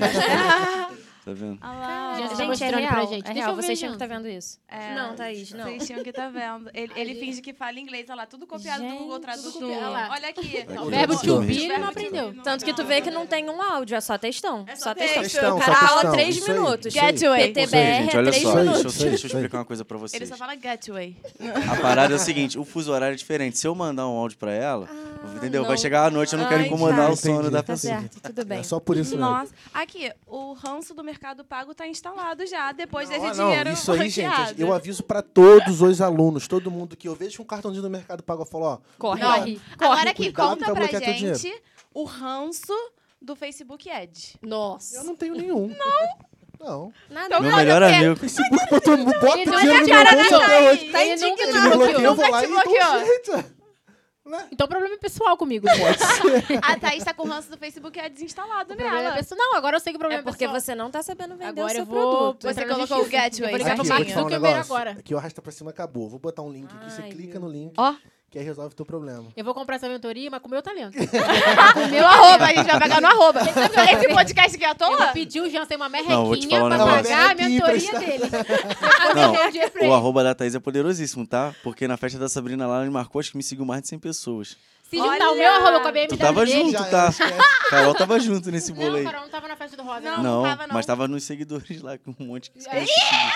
também. Tá vendo? Ah lá. Gente, tá Gente, é mostrando real, pra gente. é Deixa real, eu ver, vocês tinham que Jean. estar vendo isso. É, Não, Thaís, não. Vocês tinham que estar vendo. Ele, ele Aí. finge que fala inglês, olha lá, tudo copiado do Gente, Google tudo Tradutor. copiado. Olha lá. Olha aqui. O O verbo Tradutor. to be ele Verbo não to aprendeu. be. Tanto que tu vê que não tem um áudio, é só textão. É só só texto. textão. Textão, O só cara fala textão, três isso aí, minutos. isso aí. Getaway. P T B Isso aí, R gente, é olha três só. Deixa eu, minutos. Isso aí, deixa eu isso aí. explicar uma coisa pra Ele vocês. só fala Getaway. A parada é o seguinte, o fuso horário é diferente. Se eu mandar um áudio pra ela, entendeu? Vai não. chegar à noite, eu não quero Ai, incomodar tá. o sono Entendi. da Tá pessoa. certo, tudo bem. É só por isso mesmo. Nossa. Aqui, o ranço do Mercado Pago tá instalado já, depois Não, desse ah, não, dinheiro isso aí, gente, ranqueado. eu aviso pra todos os alunos, todo mundo que eu vejo um cartãozinho do Mercado Pago, eu falo, ó, Corre. Não. Corre. Agora aqui, cuidado conta pra pra bloquear teu dinheiro. gente o ranço do Facebook Ads. Nossa. eu não tenho nenhum. Não? Não. Nada. Meu melhor amigo. Facebook botou, bota Ele não dinheiro é no cara meu da bolso até Thaís. hoje. Tá Ele nunca Ele te me bloqueou. bloqueou, eu vou Nunca lá te e dou um bloqueou. jeito. Né? Então o problema é pessoal comigo. A Thaís tá com o ranço do Facebook Ads instalado O problema é nela. pessoal. Não, agora eu sei que o problema É porque pessoal. você não tá sabendo vender Agora o seu eu vou. produto. vou Você entrar na colocou o justiça. Gateway. Eu vou ligar Aqui, pro eu Mark vou te falar um Zuckerberg negócio. agora. Aqui o Arrasta Pra Cima acabou. Vou botar um link aqui, você Ai, clica no link, Ó, que aí resolve o teu problema. Eu vou comprar essa mentoria, mas com o meu talento. meu arroba, a gente vai pagar no arroba. Esse podcast aqui é à Eu toa? vou pedir o Jansen uma merrequinha Não, vou te falar um pra negócio. pagar a Merrequinha mentoria pra- dele. Não, Depois eu dinheiro pra o ele. arroba da Thaís é poderosíssimo, tá? Porque na festa da Sabrina lá, ele marcou, acho que me seguiu mais de cem pessoas. Se juntar Olha! o meu arroba com a B M W Tu tava dele... junto, Já tá? era, esquece. Carol tava junto nesse bolo Não, aí. Carol não tava na festa do Rosa, Não, não. Não, tava, não. mas tava nos seguidores lá, com um monte que Aí,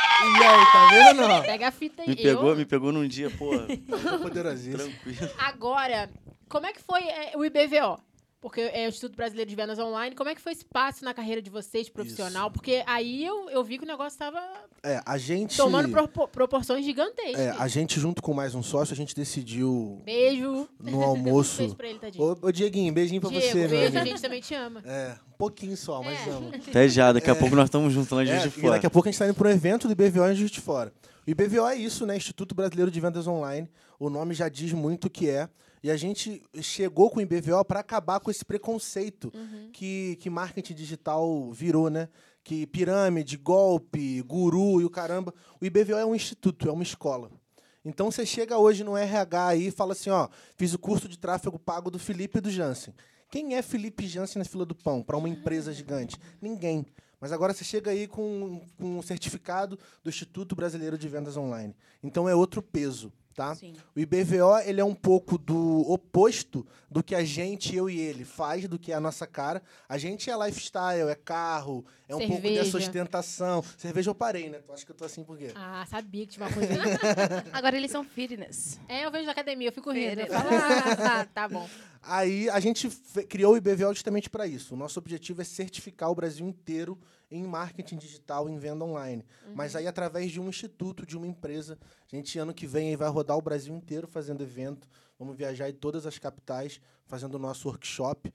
E aí, tá vendo? Não? pega a fita aí. me pegou, Eu- me pegou num dia, pô, Tô poderosíssimo. tranquilo. Agora, como é que foi é, o I B V O? Porque é o Instituto Brasileiro de Vendas Online. Como é que foi esse passo na carreira de vocês, profissional? Isso. Porque aí eu, eu vi que o negócio tava É, a gente... tomando propor- proporções gigantescas. É, a gente, junto com mais um sócio, a gente decidiu Beijo. no Um almoço... beijo pra ele, tadinho. Ô, ô, Dieguinho, beijinho pra Diego, você, meu beijo, a amigo. gente também te ama. É, um pouquinho só, mas É. amo. Até já, daqui a pouco nós estamos juntos lá em Juiz É, de e Fora. daqui a pouco a gente está indo para um evento do I B V O em Juiz de Fora. O I B V O é isso, né? Instituto Brasileiro de Vendas Online. O nome já diz muito o que é. E a gente chegou com o I B V O para acabar com esse preconceito que, que marketing digital virou, né? Que pirâmide, golpe, guru e o caramba. O I B V O é um instituto, é uma escola. Então você chega hoje no R H aí e fala assim, ó, fiz o curso de tráfego pago do Felipe e do Jansen. Quem é Felipe Jansen na fila do pão para uma empresa gigante? Ninguém. Mas agora você chega aí com, com um certificado do Instituto Brasileiro de Vendas Online. Então é outro peso, tá? Sim. O I B V O ele é um pouco do oposto do que a gente, eu e ele, faz, do que é a nossa cara. A gente é lifestyle, é carro, é um pouco de Cerveja. sustentação. Cerveja eu parei, né? Tu acha que eu tô assim por quê? Ah, sabia que tinha uma coisa aí. Agora eles são fitness. É, eu vejo na academia, eu fico rindo. Eu Fitness. falo, ah, tá, tá bom. Aí a gente fe- criou o I B V O justamente para isso. O nosso objetivo é certificar o Brasil inteiro em marketing digital, em venda online. Mas aí através de um instituto, de uma empresa. A gente, ano que vem, aí vai rodar o Brasil inteiro fazendo evento. Vamos viajar em todas as capitais, fazendo o nosso workshop.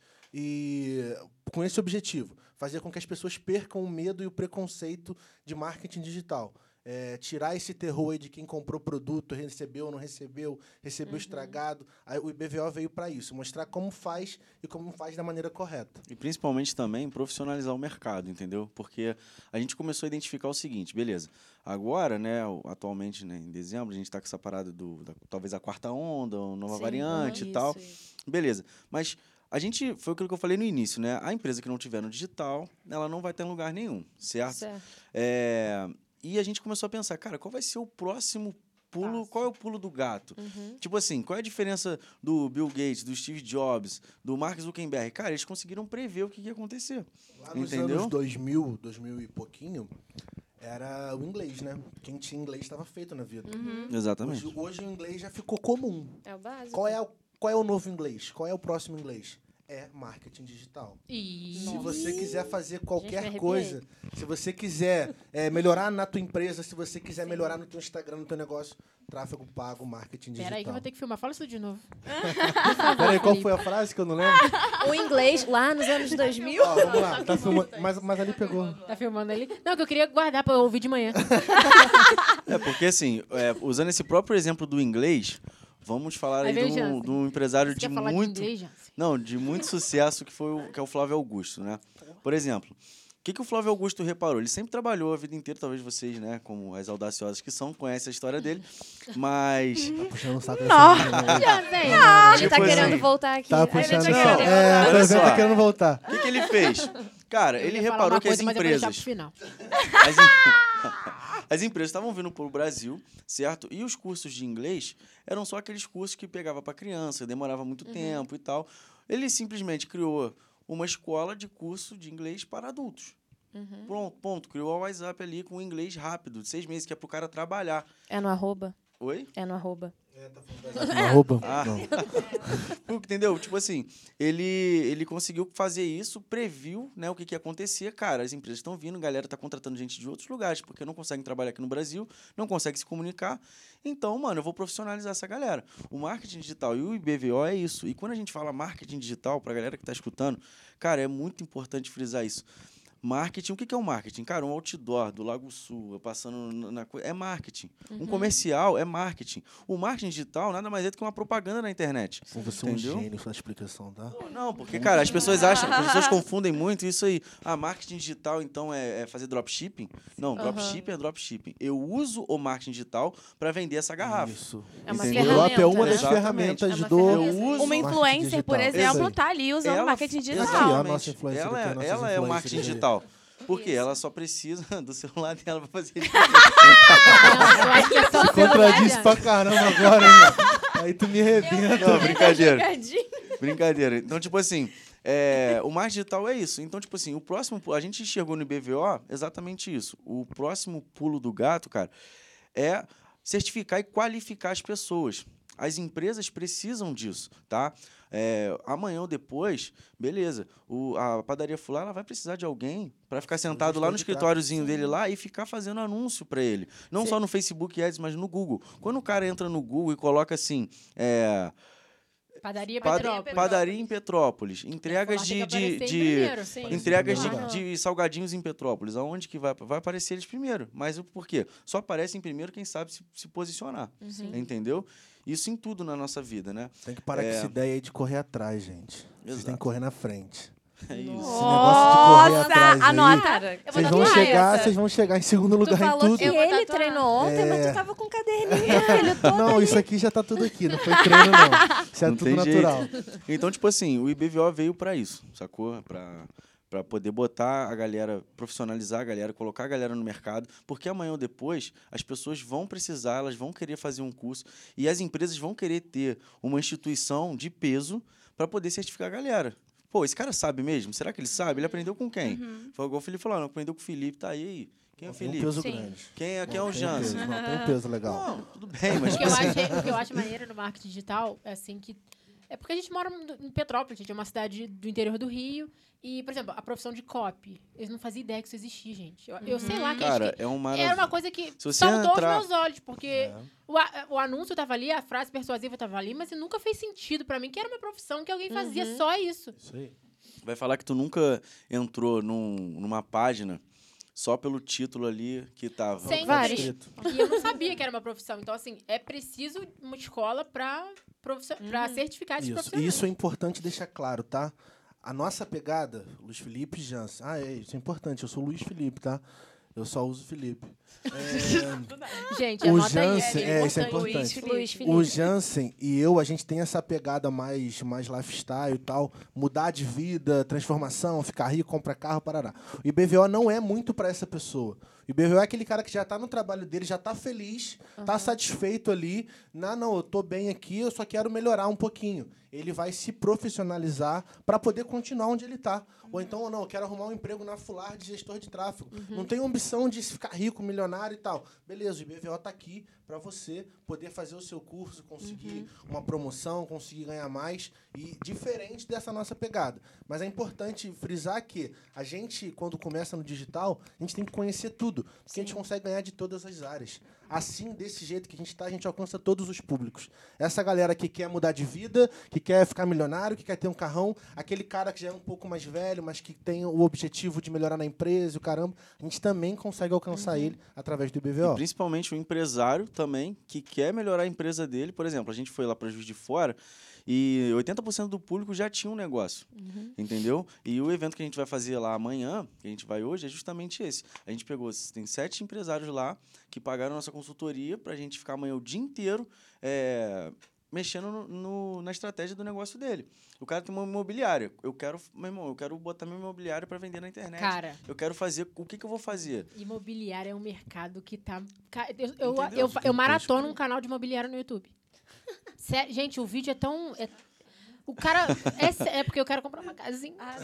E com esse objetivo, fazer com que as pessoas percam o medo e o preconceito de marketing digital. É, tirar esse terror aí de quem comprou produto, recebeu ou não recebeu, recebeu estragado. Aí o I B V O veio para isso, mostrar como faz e como faz da maneira correta. E principalmente também profissionalizar o mercado, entendeu? Porque a gente começou a identificar o seguinte, beleza, agora, né, o- atualmente, né, em dezembro, a gente está com essa parada do, da, talvez a quarta onda, uma nova Sim, variante Isso, e tal. isso. Beleza, mas a gente, foi aquilo que eu falei no início, né? A empresa que não tiver no digital, ela não vai ter em lugar nenhum, certo? Certo. É, e a gente começou a pensar, cara, qual vai ser o próximo pulo, Fácil. qual é o pulo do gato? Uhum. Tipo assim, qual é a diferença do Bill Gates, do Steve Jobs, do Mark Zuckerberg? Cara, eles conseguiram prever o que ia acontecer. Lá nos Entendeu? anos dois mil, dois mil e pouquinho, era o inglês, né? Quem tinha inglês estava feito na vida. Exatamente. Hoje, hoje o inglês já ficou comum. É o básico. Qual é, o, qual é o novo inglês? Qual é o próximo inglês? É marketing digital. E... Se você quiser fazer Gente, me qualquer arrepiei. coisa, se você quiser é, melhorar na tua empresa, se você quiser melhorar no teu Instagram, no teu negócio, tráfego pago, marketing digital. Peraí que eu vou ter que filmar. Fala isso de novo. Peraí, qual foi a frase que eu não lembro? O inglês, lá nos anos dois mil. Ó, vamos lá, tá filmando. Mas, mas ali pegou. Tá filmando ali? Não, que eu queria guardar pra eu ouvir de manhã. É, porque assim, é, usando esse próprio exemplo do inglês, vamos falar Aí aí vem de o um, Jansen. de um empresário Você de quer falar muito... de inglês, Jansen? Não, de muito sucesso, que, foi o, que é o Flávio Augusto, né? Por exemplo, o que, que o Flávio Augusto reparou? Ele sempre trabalhou a vida inteira, talvez vocês, né, como as audaciosas que são, conhecem a história dele, mas... Tá puxando o saco Não. dessa menina aí. Jansen! Ele tá Tipo querendo assim, voltar aqui. Tá Aí puxando ele o tá saco. querendo É, voltar. Olha tá vendo? só. Tá querendo voltar. O que, que ele fez? Cara, Eu ele ia falar reparou uma que as coisa, mas eu vou deixar pro empresas... final. As, em- as empresas estavam vindo para o Brasil, certo? E os cursos de inglês eram só aqueles cursos que pegava para criança, demorava muito tempo e tal. Ele simplesmente criou uma escola de curso de inglês para adultos. Pronto, ponto. Criou o WhatsApp ali com inglês rápido, de seis meses, que é pro cara trabalhar. É no arroba? Oi? É no arroba. Arroba? Ah. Não. Entendeu? Tipo assim, ele, ele conseguiu fazer isso, previu, né, o que, que ia acontecer. Cara, as empresas estão vindo, a galera tá contratando gente de outros lugares, porque não conseguem trabalhar aqui no Brasil, não conseguem se comunicar. Então, mano, eu vou profissionalizar essa galera. O marketing digital e o I B V O é isso. E quando a gente fala marketing digital, pra galera que tá escutando, cara, é muito importante frisar isso. Marketing, o que que é o marketing? Cara, um outdoor do Lago Sul, passando na coisa, é marketing. Um comercial é marketing. O marketing digital nada mais é do que uma propaganda na internet. Você é um Entendeu? gênio na explicação, tá? Não, porque, cara, as pessoas acham, as pessoas confundem muito isso aí. Ah, marketing digital, então, é, é fazer dropshipping? Não, dropshipping é dropshipping. Eu uso o marketing digital para vender essa garrafa. Isso. É uma Entendeu? O drop é uma né? das Exatamente. ferramentas É uma do... ferramenta. Eu uso Uma marketing influencer, por digital. exemplo, Isso aí. tá ali usando Ela- marketing Aqui, digital. ó, a nossa influencer ela aqui, é, a nossa ela é o influencer marketing aí. digital. Por quê? Ela só precisa do celular dela para fazer isso. Não, eu acho que é só Contradiz pra caramba agora, hein, mano? Aí tu me arrebenta. Não, brincadeira. Jogadinho. Brincadeira. Então, tipo assim, é, o marketing digital é isso. Então, tipo assim, o próximo... A gente enxergou no I B V O exatamente isso. O próximo pulo do gato, cara, é certificar e qualificar as pessoas. As empresas precisam disso, tá? É, amanhã ou depois, beleza, o, a padaria Fular ela vai precisar de alguém para ficar sentado lá no gestor de escritóriozinho dele lá e ficar fazendo anúncio para ele. Não Sim. só no Facebook Ads, mas no Google. Quando o cara entra no Google e coloca assim... É, Padaria Pad- Petrópolis. Padaria em Petrópolis. Entregas Falar, tem de, que de, aparecer em de- primeiro, sim. entregas de, Legal. de salgadinhos em Petrópolis. Aonde que vai? Vai aparecer eles primeiro. Mas o por quê? Só aparecem primeiro quem sabe se, se posicionar. Entendeu? Isso em tudo na nossa vida, né? Tem que parar É. com essa ideia aí de correr atrás, gente. Vocês Exato. têm que correr na frente. É isso. Esse negócio de correr atrás aí, anota. Cara, Eu vou Vocês vão, tatuar chegar, essa. vocês vão chegar em segundo tu lugar em falou tudo. que Eu vou ele tatuar. treinou ontem, mas É. tu tava com caderninho, filho, todo Não, isso aqui já tá tudo aqui, não foi treino, não. Isso é Não tudo tem natural. jeito. Então, tipo assim, o I B V O veio para isso, sacou? Para para poder botar a galera, profissionalizar a galera, colocar a galera no mercado, porque amanhã ou depois as pessoas vão precisar, elas vão querer fazer um curso e as empresas vão querer ter uma instituição de peso para poder certificar a galera. Pô, esse cara sabe mesmo? Será que ele sabe? Ele aprendeu com quem? Foi igual o Felipe falou, não, aprendeu com o Felipe, tá aí, aí. Quem é o Tem um Felipe? peso Sim. grande. Quem é, quem é Não, o tem um Jansen? peso, Não, tem um peso legal. Não, tudo bem, mas O que, eu tipo assim, acho, o que eu acho maneiro no marketing digital é assim que. É porque a gente mora em Petrópolis, gente, é uma cidade do interior do Rio. E, por exemplo, a profissão de copy, eles não faziam ideia que isso existia, gente. Eu, eu sei lá que cara, acho que é uma era uma coisa que Se você saltou entrar- aos meus olhos, porque É. o, a- o anúncio tava ali, a frase persuasiva tava ali, mas nunca fez sentido pra mim, que era uma profissão que alguém fazia só isso. Isso aí. vai falar que tu nunca entrou num, numa página só pelo título ali que tava. Sem Vários. Escrito. E eu não sabia que era uma profissão. Então, assim, é preciso uma escola pra, profissio- pra certificar esses Isso. E profissionais. isso é importante deixar claro, tá? A nossa pegada, Luiz Felipe e Jansen. Ah, é, isso é importante. Eu sou o Luiz Felipe, tá? Eu só uso Felipe. É, Gente, o anota aí. Jansen, é, isso é importante. Luiz Felipe. O Jansen e eu, a gente tem essa pegada mais, mais lifestyle e tal, mudar de vida, transformação, ficar rico, comprar carro, parará. O I B V O não é muito para essa pessoa. O I B V O é aquele cara que já tá no trabalho dele, já tá feliz, uhum. tá satisfeito ali. Não, não, eu tô bem aqui, eu só quero melhorar um pouquinho. Ele vai se profissionalizar para poder continuar onde ele tá. Uhum. Ou então, não, eu quero arrumar um emprego na Fular de gestor de tráfego. Uhum. Não tenho ambição de ficar rico, milionário e tal. Beleza, o I B V O tá aqui para você poder fazer o seu curso, conseguir uhum. uma promoção, conseguir ganhar mais, e diferente dessa nossa pegada. Mas é importante frisar que a gente, quando começa no digital, a gente tem que conhecer tudo, porque Sim. a gente consegue ganhar de todas as áreas. Assim, desse jeito que a gente está, a gente alcança todos os públicos. Essa galera que quer mudar de vida, que quer ficar milionário, que quer ter um carrão, aquele cara que já é um pouco mais velho, mas que tem o objetivo de melhorar na empresa, o caramba, a gente também consegue alcançar uhum. ele através do I B V O. E principalmente o empresário também, que quer melhorar a empresa dele. Por exemplo, a gente foi lá para Juiz de Fora e oitenta por cento do público já tinha um negócio, uhum. entendeu? E o evento que a gente vai fazer lá amanhã, que a gente vai hoje, é justamente esse. A gente pegou, tem sete empresários lá que pagaram nossa consultoria para a gente ficar amanhã o dia inteiro é, mexendo no, no, na estratégia do negócio dele. O cara tem uma imobiliária. Eu quero, meu irmão, eu quero botar minha imobiliária para vender na internet. Cara, eu quero fazer... O que, que eu vou fazer? Imobiliária é um mercado que tá... Eu, eu, eu, eu, eu maratono um canal de imobiliário no YouTube. Cé, gente, o vídeo é tão... É, o cara... É, é porque eu quero comprar uma casinha. Ah,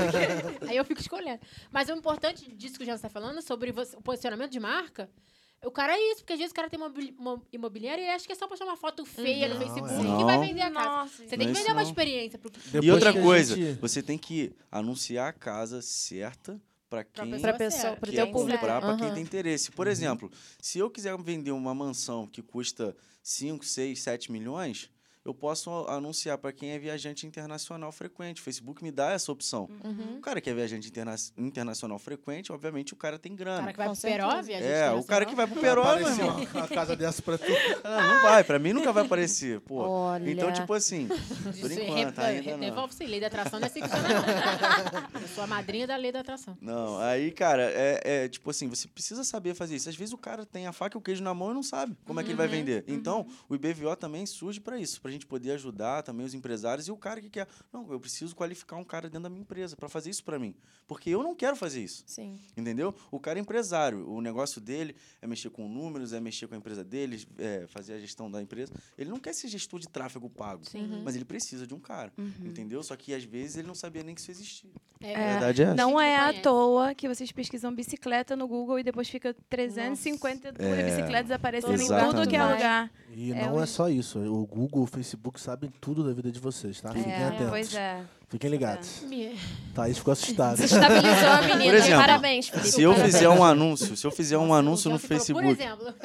tá. Aí eu fico escolhendo. Mas o importante disso que o Jean está falando, sobre você, o posicionamento de marca... O cara é isso, porque às vezes o cara tem uma imobiliária e acha que é só postar uma foto feia uhum. no Facebook não, é. que vai vender a casa. Nossa, você tem que vender não. uma experiência. Pro... E outra coisa, gente... você tem que anunciar a casa certa para quem pra pessoa, pro quer teu público. comprar, para uhum. quem tem interesse. Por uhum. exemplo, se eu quiser vender uma mansão que custa cinco, seis, sete milhões... eu posso anunciar para quem é viajante internacional frequente. O Facebook me dá essa opção. Uhum. O cara que é viajante interna internacional frequente, obviamente, o cara tem grana. O cara que vai pro Peró, viajante É, o cara que vai pro Peró, meu irmão. Uma casa dessa pra tu. Ah, não vai, pra mim nunca vai aparecer. Pô. Olha. Então, tipo assim, por enquanto, ainda não. Devolve-se, lei da atração não é assim que funciona, não. Eu sou a madrinha da lei da atração. Não, aí, cara, é, é tipo assim, você precisa saber fazer isso. Às vezes o cara tem a faca e o queijo na mão e não sabe como uhum. é que ele vai vender. Uhum. Então, o I B V O também surge pra isso, pra gente poder ajudar também os empresários e o cara que quer... Não, eu preciso qualificar um cara dentro da minha empresa para fazer isso para mim. Porque eu não quero fazer isso. Sim. Entendeu? O cara é empresário. O negócio dele é mexer com números, é mexer com a empresa dele, é fazer a gestão da empresa. Ele não quer ser gestor de tráfego pago. Sim. Mas ele precisa de um cara. Uhum. Entendeu? Só que, às vezes, ele não sabia nem que isso existia. É, a verdade é essa. Não é à toa que vocês pesquisam bicicleta no Google e depois fica trezentas e cinquenta é, bicicletas aparecendo exatamente. em tudo que é lugar. E é não um... é só isso. O Google, o Facebook sabem tudo da vida de vocês, tá? Fiquem é, atentos. Pois é. Fiquem ligados. É. Thaís ficou assustada. Desestabilizou a menina. Por exemplo, Parabéns, Felipe. Se eu fizer um anúncio, se eu fizer um anúncio no Facebook... Por exemplo...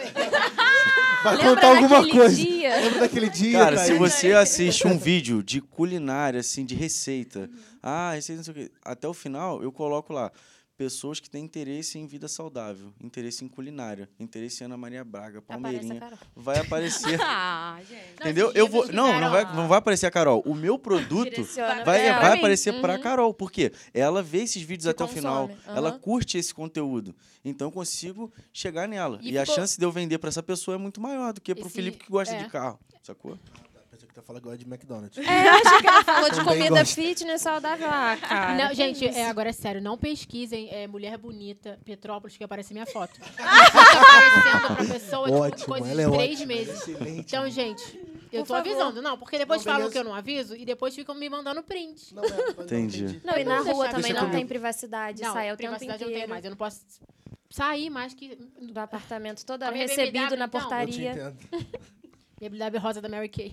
Vai Lembra contar alguma coisa. Dia? Lembra daquele dia? Cara, Thaís? se você assiste um vídeo de culinária, assim, de receita... Uhum. Ah, receita não sei o quê. Até o final, eu coloco lá... Pessoas que têm interesse em vida saudável, interesse em culinária, interesse em Ana Maria Braga, Palmeirinha, vai aparecer. Ah, gente. Entendeu? Eu vou, não, não vai, não vai aparecer a Carol. O meu produto vai, é, vai aparecer uhum. para a Carol, porque ela vê esses vídeos Se até consome. o final, Uhum. ela curte esse conteúdo, então eu consigo chegar nela. E, e a ficou... chance de eu vender para essa pessoa é muito maior do que para o Esse... Felipe que gosta é. de carro, sacou? Pensei que tu ia falar agora de McDonald's. É, eu achei que ela falou de Também comida gosto. fitness saudável. Ah, cara. Não, gente, é, agora é sério, não pesquisem é, mulher bonita, Petrópolis, que aparece minha foto. Fica aparecendo pra pessoa, Ótimo, tipo, coisa ela de é três ótima, meses. excelente. Então, gente, eu Por tô favor. avisando. Não, porque depois Não, falam beleza. que eu não aviso e depois ficam me mandando print. Não, é, não, Entendi. Não, e na Vamos rua deixar também isso não comigo. tem privacidade. Não, sai o tempo privacidade eu inteiro. tenho mais. Eu não posso sair mais que... Do apartamento toda Com hora, a minha recebido B M W, na então. Eu te portaria. entendo. Minha B M W rosa da Mary Kay.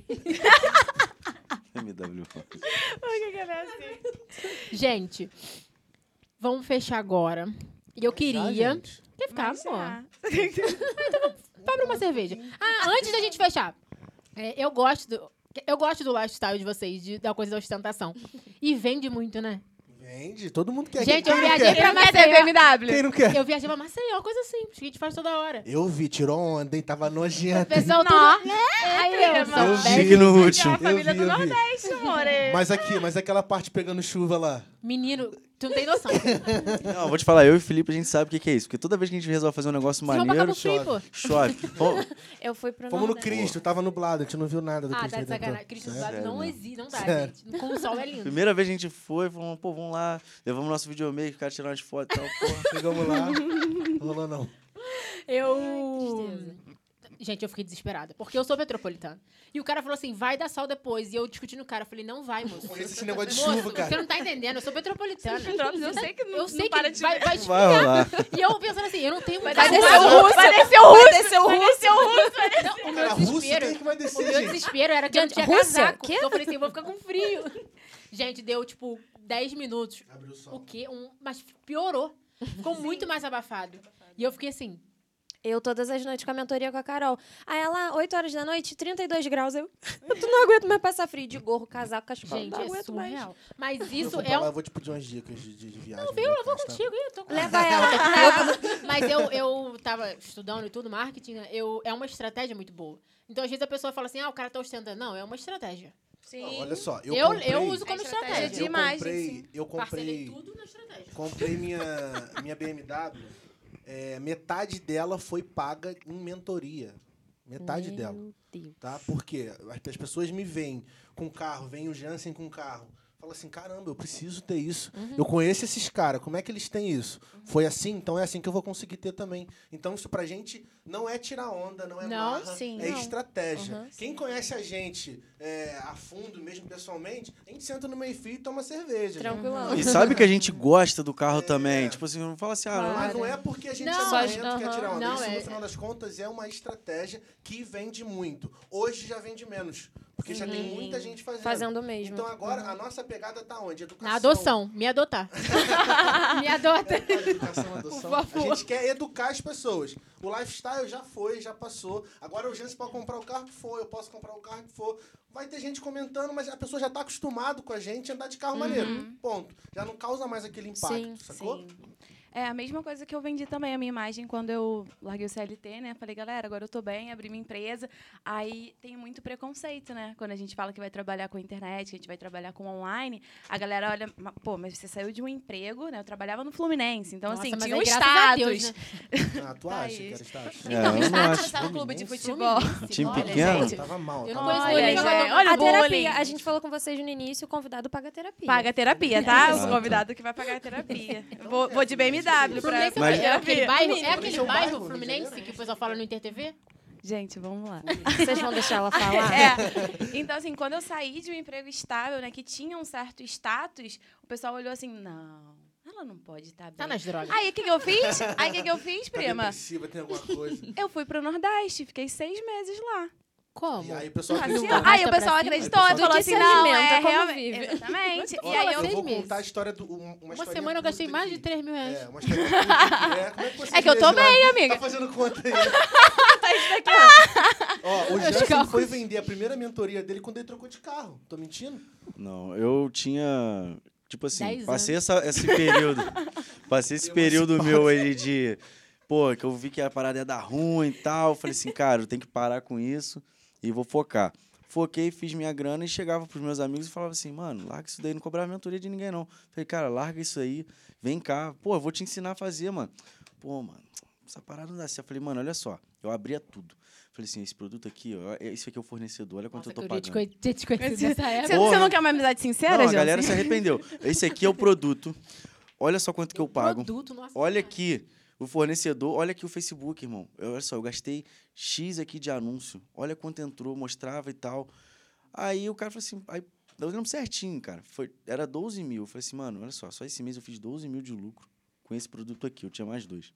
M W. Gente, vamos fechar agora. E eu queria... Já, gente? Quer ficar, Mas amor? já. Abre uma cerveja. Ah, antes da gente fechar. É, eu gosto do... Eu gosto do lifestyle de vocês, de, da coisa da ostentação. E vende muito, né? Vende, todo mundo quer. Gente, Quem eu não viajei quer? pra Quer ter B M W? Quem não quer? Eu viajei pra Maceió, coisa simples, que a gente faz toda hora. Eu vi, tirou onda, hein? Tava nojento. Pessoal, tudo... Nossa, Aí filha, eu mano. sou vi bad. no É último. uma família Eu vi, do eu vi. Nordeste, amor. é. Mas aqui, mas aquela parte pegando chuva lá. Menino, Tu não tem noção. Não, eu vou te falar, eu e o Felipe, a gente sabe o que, que é isso. Porque toda vez que a gente resolve fazer um negócio Você rouba maneiro, Cabo Frio, pô. chove. Bom, Eu fui pro Fomos no Nordeste. Cristo, tava nublado, a gente não viu nada do Ah, Cristo tá de Redentor. sacanagem. Cristo Sério? Dublado não né? existe, não dá, Sério. gente. Com o sol é lindo. primeira vez a gente foi, falamos, pô, vamos lá, levamos nosso videomaker, ficar tirando umas fotos e tal, porra. Chegamos lá, não rolou não. Eu... tristeza. Gente, eu fiquei desesperada. Porque eu sou metropolitana. E o cara falou assim, vai dar sol depois. E eu discutindo com o cara, eu falei, não vai, moço. Conheço esse negócio de Moço, chuva, cara. você não tá entendendo, eu sou metropolitana. Eu sei que não, Eu sei não que para de vai, vai Vai rolar. E eu pensando assim, eu não tenho Vai muito descer carro. o russo, vai descer o russo, vai descer o russo, vai descer o russo. Não, o meu Cara, russo, desespero, quem é que vai o descer, meu gente? desespero era que eu não tinha Rússia? casaco. Quê? Então eu falei assim, eu vou ficar com frio. Gente, deu tipo dez minutos. Abriu o sol. O quê? Um, mas piorou. Ficou muito mais abafado. E eu fiquei assim, Eu todas as noites com a mentoria com a Carol. Aí ela, oito horas da noite, trinta e dois graus. Eu, eu não aguento mais passar frio de gorro, casaco, cachecol. gente, não é aguento mais. surreal. Mas Eu isso vou pra é lá, um... eu vou te pedir umas dicas de, de, de viagem. Não, viu? Eu vou contigo. Ih, tô com... Leva ela. Mas eu, eu tava estudando e tudo, marketing, né? Eu, é uma estratégia muito boa. Então, às vezes, a pessoa fala assim, ah, o cara tá ostentando. Não, é uma estratégia. Sim. Não, olha só, eu, Eu, comprei, eu uso como É estratégia estratégia. de eu imagem, comprei, sim. eu Parcelei comprei, tudo na estratégia. comprei minha, minha B M W, é, metade dela foi paga em mentoria. Metade Meu dela, Deus. tá? Porque as as pessoas me veem com carro, vem o Jansen com carro. Fala assim, caramba, eu preciso ter isso. Eu conheço esses caras, como é que eles têm isso? Foi assim, então é assim que eu vou conseguir ter também. Então isso pra gente não é tirar onda, não é Não, marra, sim, é não. estratégia. Uhum, Quem conhece a gente é, a fundo, mesmo pessoalmente, a gente senta no meio-fio e toma cerveja. gente. Tranquilão. E sabe que a gente gosta do carro também. Tipo assim, não fala assim, ah, Mas Claro. não é porque a gente Não, é marrento, aham. quer tirar onda. Não, Isso, é- no final das contas, é uma estratégia que vende muito. Hoje já vende menos, porque já tem muita gente fazendo. Fazendo o mesmo. Então agora, a nossa pegada tá onde? Educação. Na adoção. Me adotar. Me adota. Educação, adoção. Por favor. A gente quer educar as pessoas. O lifestyle já foi, já passou. Agora o Jansen pode comprar o carro que for, eu posso comprar o carro que for. Vai ter gente comentando, mas a pessoa já tá acostumado com a gente a andar de carro maneiro. Ponto. Já não causa mais aquele impacto, Sim, sacou? Sim. É a mesma coisa que eu vendi também a minha imagem quando eu larguei o C L T, né? Falei, galera, agora eu tô bem, abri minha empresa. Aí tem muito preconceito, né? Quando a gente fala que vai trabalhar com internet, que a gente vai trabalhar com online, a galera olha, "Ma- pô, mas você saiu de um emprego, né? Eu trabalhava no Fluminense, então Nossa, assim, mas tinha aí, um graças a status. Deus, né? Ah, tu Tá acha aí. que era status? É, Então, eu não status acho. tá no clube de futebol. Time Olha, pequeno? gente, Tava mal. Eu tava não conheço mal. Olha, ninguém gente, jogador. olha a o bullying. terapia, a gente falou com vocês no início, o convidado paga a terapia. Paga a terapia, tá? Exato. O convidado que vai pagar a terapia. Vou, vou de B M W pra Fluminense Mas- é aquele bairro, é Fluminense aquele é um bairro bairro, Fluminense Rio de que o pessoal fala no InterTV? Gente, vamos lá. Vocês vão deixar ela falar? É. Então, assim, quando eu saí de um emprego estável, né, que tinha um certo status, o pessoal olhou assim, não, ela não pode estar bem. Tá nas drogas. Aí, o que, que eu fiz? Aí, o que, que eu fiz, Tá prima? depressiva, tem alguma coisa. Eu fui pro Nordeste, fiquei seis meses lá. Como? E aí o pessoal Assim, acreditou. ó. Aí o Arrasta pessoal pra cima. acreditou Aí e o falou pessoal- assim, Do que se não, alimenta, é como realmente... vive. Exatamente. Mas E aí fala eu... Eu seis vou meses. contar a história do. um- Uma, Uma historinha semana eu gastei curta mais de aqui. três mil reais. É, uma historinha curta aqui. É, como é que você É que eu tô bem, amiga. Tá fazendo conta aí. Tá isso daqui, ó. Ó, o Meus Jansen cálculos. foi vender a primeira mentoria dele quando ele trocou de carro. Tô mentindo? Não, eu tinha. Tipo assim, Dez passei essa, esse período. Passei esse período meu aí de. Pô, que eu vi que a parada ia dar ruim e tal. Falei assim, cara, eu tenho que parar com isso e vou focar. Foquei, fiz minha grana e chegava pros meus amigos e falava assim, mano, larga isso daí, não cobrava mentoria de ninguém, não. Falei, cara, larga isso aí, vem cá. Pô, eu vou te ensinar a fazer, mano. Pô, mano, essa parada não dá certo. Eu falei, mano, olha só, eu abria tudo. Falei assim, esse produto aqui, ó, esse aqui é o fornecedor, olha quanto Nossa, eu tô eu queria te pagando. conhe- ter te conhecido nessa época. Você, você não quer uma amizade sincera, Não, a Jansen? galera se arrependeu. Esse aqui é o produto. Olha só quanto que eu pago. Produto, nossa. Olha aqui o fornecedor, olha aqui o Facebook, irmão. Eu, olha só, eu gastei X aqui de anúncio. Olha quanto entrou, mostrava e tal. Aí o cara falou assim, aí, eu lembro certinho, cara. Foi, era doze mil. Eu falei assim, mano, olha só, só esse mês eu fiz doze mil de lucro com esse produto aqui. Eu tinha mais dois.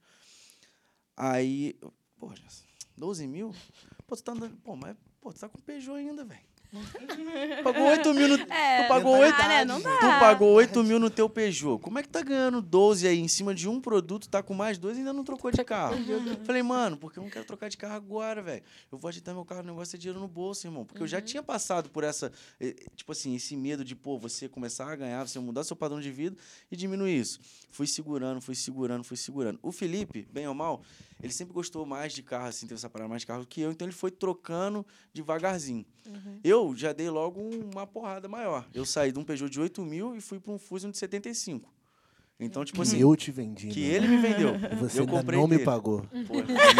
Aí, eu, pô, Jess, doze mil? Pô, tu tá andando. Pô, mas pô, tu tá com Peugeot ainda, velho. Pagou oito mil no. É, tu pagou não oito dá, né? Não dá. Tu pagou oito mil no teu Peugeot. Como é que tá ganhando doze aí em cima de um produto, tá com mais dois e ainda não trocou de carro? Falei, mano, porque eu não quero trocar de carro agora, velho. Eu vou agitar meu carro, o negócio é dinheiro no bolso, irmão. Porque eu já tinha passado por essa, eh, tipo assim, esse medo de, pô, você começar a ganhar, você mudar seu padrão de vida e diminuir isso. Fui segurando, fui segurando, fui segurando. O Felipe, bem ou mal, ele sempre gostou mais de carro, assim, teve essa parada mais de carro do que eu, então ele foi trocando devagarzinho. Eu já dei logo uma porrada maior. Eu saí de um Peugeot de oito mil e fui para um Fusion de setenta e cinco. Então, tipo assim, Eu te vendi, que né? ele me vendeu. E você eu ainda comprei não me dele. pagou. Pô,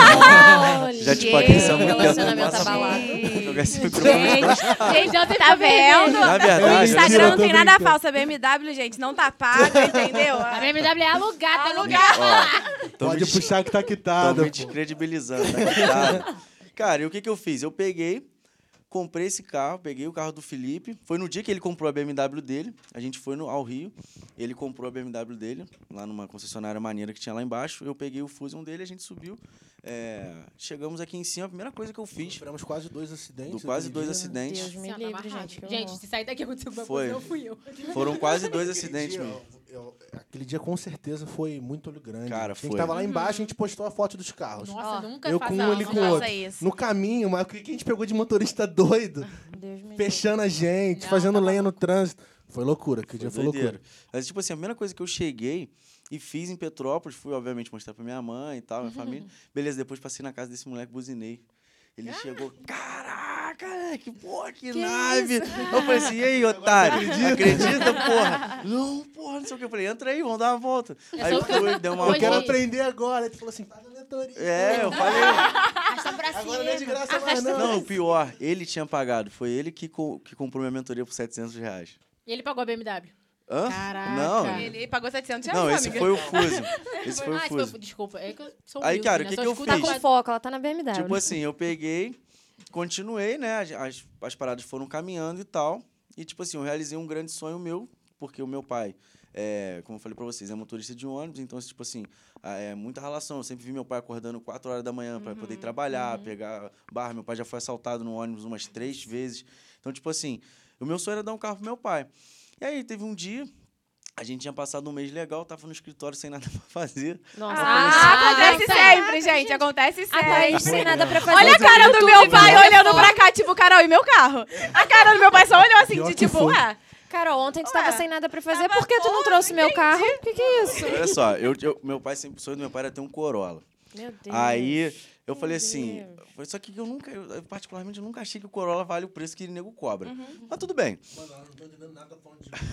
Olha, já te paguei isso há muito tempo. relacionamento Nossa, abalado. jogar esse microfone. Gente, já tem Tá vendo? Na verdade, O Instagram Mentira, não tem tô nada brincando. falso. A B M W, gente, não tá paga, entendeu? A B M W é alugada. Alugada. Ó, tô Pode me des- puxar que tá tô quitada. me descredibilizando, tá quitado. Cara, e o que que eu fiz? Eu peguei, comprei esse carro, peguei o carro do Felipe. Foi no dia que ele comprou a B M W dele. A gente foi no, ao Rio. Ele comprou a B M W dele, lá numa concessionária maneira que tinha lá embaixo. Eu peguei o Fusion dele, a gente subiu. É, chegamos aqui em cima, a primeira coisa que eu fiz, Tivemos quase dois acidentes. do quase aquele dois dia, né? acidentes, Deus me livre, gente. que Gente, horror. se sair daqui aconteceu alguma Foi. coisa, não fui eu. foram quase dois Aquele acidentes, dia, meu. eu- eu- aquele dia com certeza foi muito olho grande. Cara, A gente foi. tava lá embaixo, a gente postou a foto dos carros. Nossa, Ó, nunca eu faça com um, ele isso. com o faça outro. isso. No caminho, mas o que a gente pegou de motorista doido, Deus me livre. fechando a gente, Não, fazendo tá lenha no trânsito. Foi loucura, aquele Foi dia foi doideira. loucura. Mas, tipo assim, a primeira coisa que eu cheguei e fiz em Petrópolis, fui, obviamente, mostrar pra minha mãe e tal, minha família. Beleza, depois passei na casa desse moleque, buzinei. Ele chegou, caraca, que porra, que, nave. Eu falei assim, e aí, otário, acredita, porra? Não, porra, não sei o que. Eu falei, entra aí, vamos dar uma volta. É Aí só eu que- fui, deu uma Eu Hoje- quero volta. aprender agora. Ele falou assim, paga a mentoria. É, eu falei. Arrasta pra Agora não é de cima. graça mais, não. Não, o pior, ele tinha pagado. Foi ele que, co- que comprou minha mentoria por setecentos reais. E ele pagou a B M W. Hã? Caraca. Não, Ele pagou setecentos reais, não, sua esse amiga. foi o Fuso. Esse foi o Ah, esse Fuso. foi- desculpa, é que eu sou Aí, humilde, cara, o né? que Só que eu escuto Tá fiz? com foco, ela tá na B M W. Tipo assim, eu peguei, continuei, né? As, as, as paradas foram caminhando e tal. E, tipo assim, eu realizei um grande sonho meu, porque o meu pai, é, como eu falei pra vocês, é motorista de ônibus, então, tipo assim, ah, é muita relação. Eu sempre vi meu pai acordando quatro horas da manhã pra poder ir trabalhar, pegar barra. Meu pai já foi assaltado no ônibus umas três vezes. Então, tipo assim, o meu sonho era dar um carro pro meu pai. E aí, teve um dia. A gente tinha passado um mês legal, tava no escritório sem nada pra fazer. Nossa, Ah, acontece Ah, sempre, gente. Acontece a Thaís sempre. sem nada pra fazer. Olha a cara do YouTube, meu pai né? olhando pra cá, tipo, Carol, e meu carro? A cara do meu pai só olhou assim, Pior de que tipo, foi. ué. Carol, ontem tu Ué, tava sem nada pra fazer, tava por que tu não fora, trouxe meu entendi. carro? O que que é isso? Olha só, eu, eu- meu pai sempre, o sonho do meu pai era ter um Corolla. Meu Deus. Aí eu falei Meu assim, Deus. foi só que eu nunca, eu, eu particularmente eu nunca achei que o Corolla vale o preço que o nego cobra. Uhum. Mas tudo bem. Mano, eu não tô entendendo nada falando de...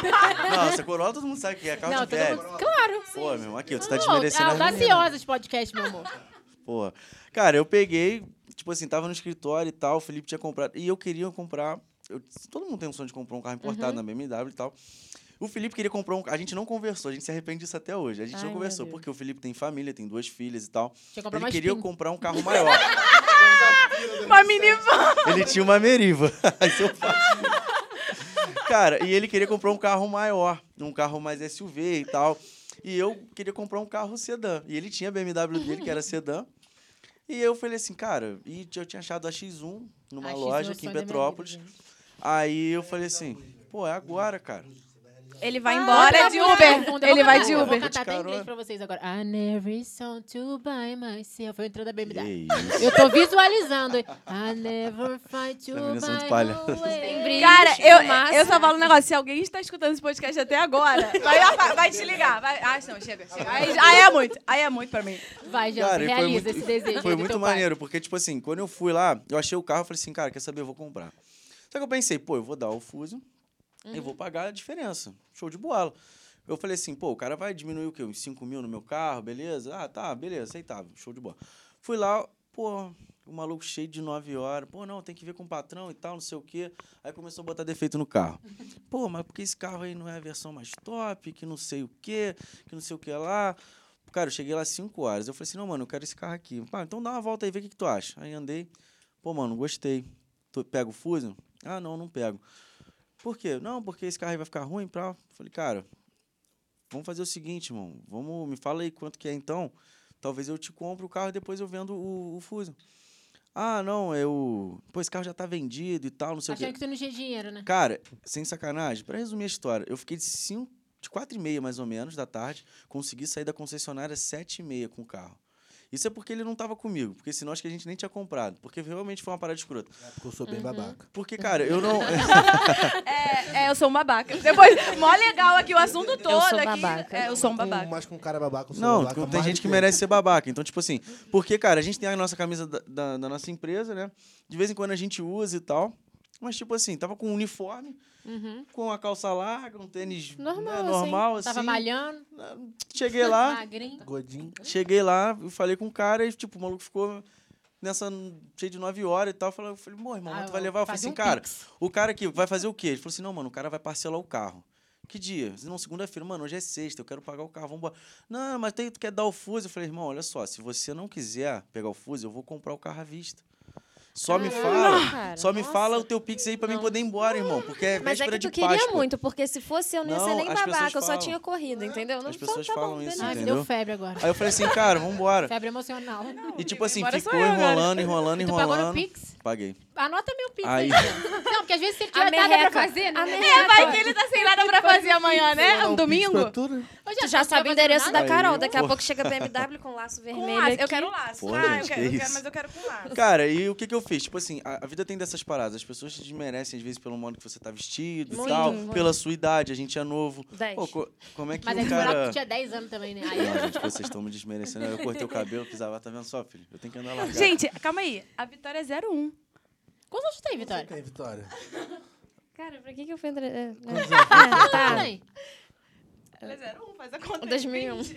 Não, essa Corolla todo mundo sabe que é carro Não, de todo velho. mundo... Claro. Pô, meu, aqui, você tá Não, desmerecendo é as meninas. audaciosa esse podcast, meu amor. Porra. Cara, eu peguei, tipo assim, tava no escritório e tal, o Felipe tinha comprado, e eu queria comprar, eu- todo mundo tem um sonho de comprar um carro importado na B M W e tal. O Felipe queria comprar um, a gente não conversou, a gente se arrepende disso até hoje. A gente Ai, não meu conversou, Deus. porque o Felipe tem família, tem duas filhas e tal. Tinha que comprar Ele mais queria pin. comprar um carro maior. Uma minivan. Ele tinha uma Meriva. Aí seu pai- Cara, e ele queria comprar um carro maior, um carro mais S U V e tal. E eu queria comprar um carro sedã. E ele tinha a B M W dele, que era sedã. E eu falei assim, cara, e eu tinha achado a X um numa A X um é o loja aqui em sonho da minha Petrópolis. vida, gente. Aí eu falei assim, pô, é agora, cara. Ele vai Ah, embora outra de música Uber. no fundo, eu Ele vou vai cantar- de Eu vou Uber. cantar até em Carona. inglês pra vocês agora. I never saw to buy myself. Eu entrando da B M W. Que isso. Eu tô visualizando. I never fight to Essa menina são de buy palhaço. my way. Tem brilho, Cara, eu, fumaça. eu só falo um negócio. Se alguém está escutando esse podcast até agora, vai, vai te ligar. Vai, ah, não, chega, chega. Aí, aí é muito. Aí é muito pra mim. Vai, Jansen, Cara, e foi realiza muito- esse desejo. Foi aí do muito teu pai. maneiro, porque, tipo assim, quando eu fui lá, eu achei o carro, eu falei assim, cara, quer saber, eu vou comprar. Só que eu pensei, pô, eu vou dar o Fuso e vou pagar a diferença. Show de bola. Eu falei assim, pô, o cara vai diminuir o quê? Uns cinco mil no meu carro, beleza? Ah, tá, beleza, aceitável, show de bola. Fui lá, pô, o maluco cheio de nove horas. Pô, não, tem que ver com o patrão e tal, não sei o quê. Aí começou a botar defeito no carro. Pô, mas porque esse carro aí não é a versão mais top, que não sei o quê, que não sei o que lá. Cara, eu cheguei lá às cinco horas. Eu falei assim, não, mano, eu quero esse carro aqui. Pá, então dá uma volta aí, vê o que, que tu acha. Aí andei. Pô, mano, gostei. Tu pega o Fusion? Ah, não, não pego. Por quê? Não, porque esse carro aí vai ficar ruim. Pra... Falei, cara, vamos fazer o seguinte, irmão. Vamos, me fala aí quanto que é então. Talvez eu te compre o carro e depois eu vendo o, o Fusion. Ah, não, eu... Pô, esse carro já tá vendido e tal, não sei o Achando quê. que tu não tinha dinheiro, né? Cara, sem sacanagem, pra resumir a história, eu fiquei de cinco, de quatro e meia mais ou menos da tarde, consegui sair da concessionária às sete e meia com o carro. Isso é porque ele não tava comigo, porque senão acho que a gente nem tinha comprado, porque realmente foi uma parada escrota. É porque eu sou bem babaca. Porque, cara, eu não... É, é, eu sou um babaca. Depois, mó legal aqui o assunto todo sou aqui. babaca. É, eu sou um Com- babaca. Mas com cara babaca, eu sou Não, babaca. tem mais gente do que ele. merece ser babaca. Então, tipo assim, porque, cara, a gente tem a nossa camisa da, da, da nossa empresa, né? De vez em quando a gente usa e tal. Mas, tipo assim, tava com um uniforme, Uhum. com a calça larga, um tênis Normal, né, assim. normal, assim. Tava malhando, Cheguei lá, magrinho. Godinho. cheguei lá, eu falei com o cara e, tipo, o maluco ficou nessa, cheio de nove horas e tal. Eu falei, eu falei, meu irmão, Ah, tu vai eu levar? Eu falei fazia assim, um cara, pix. o cara aqui vai fazer o quê? Ele falou assim, não, mano, o cara vai parcelar o carro. Que dia? Não, segunda-feira. Mano, hoje é sexta, eu quero pagar o carro, vamos embora. Não, mas tem, tu quer dar o fuso? Eu falei, irmão, olha só, se você não quiser pegar o fuso, eu vou comprar o carro à vista. Só me Caramba, fala, cara, só me nossa. fala o teu pix aí pra mim Não. poder ir embora, irmão, porque é Mas é véspera que tu de queria Páscoa. muito, porque se fosse eu não ia ser Não, nem as babaca, pessoas eu só falam. tinha corrido, entendeu? Não As pessoas tá bom, falam isso, beleza. Ai, me entendeu? deu febre agora. Aí eu falei assim, cara, vambora. Febre emocional. E tipo assim, Agora ficou sou eu agora. enrolando, enrolando, E tu pagou no enrolando. Pix? Paguei. Anota meu Pix Aí. aí. Não, porque às vezes se ele tiver A nada pra merreca. fazer, né? A É, vai que ele tá sem nada pra fazer amanhã, né? Dá Um um domingo. pix pra tu, né? Ô, Tu gente, já não sabe o tiver endereço fazendo da Aí, Carol. Daqui a pô. pouco chega a B M W com laço Com vermelho laço. aqui. Eu quero laço. Pô, ah, gente, eu, que quero, eu quero, isso. mas eu quero com laço. Cara, e o que que eu fiz? Tipo assim, a, a vida tem dessas paradas. As pessoas te desmerecem, às vezes, pelo modo que você tá vestido Muito, e tal. muito. Pela sua idade, a gente é novo. Dez. Pô, co- como é que Mas é o que cara... cara... tu tinha dez anos também, né? Aí, Não, gente, vocês estão me desmerecendo. Eu cortei o cabelo, pisava, tá vendo só, filho? Eu tenho que andar largado. Gente, calma aí. A vitória é zero um. quantos anos tu tem, Vitória? Tem, Vitória. Cara, pra que que eu fui entrar... é, é. Quantos anos? Ah, Tu tá. tem? Ela é zero um, faz a conta. aí. dois mil e um.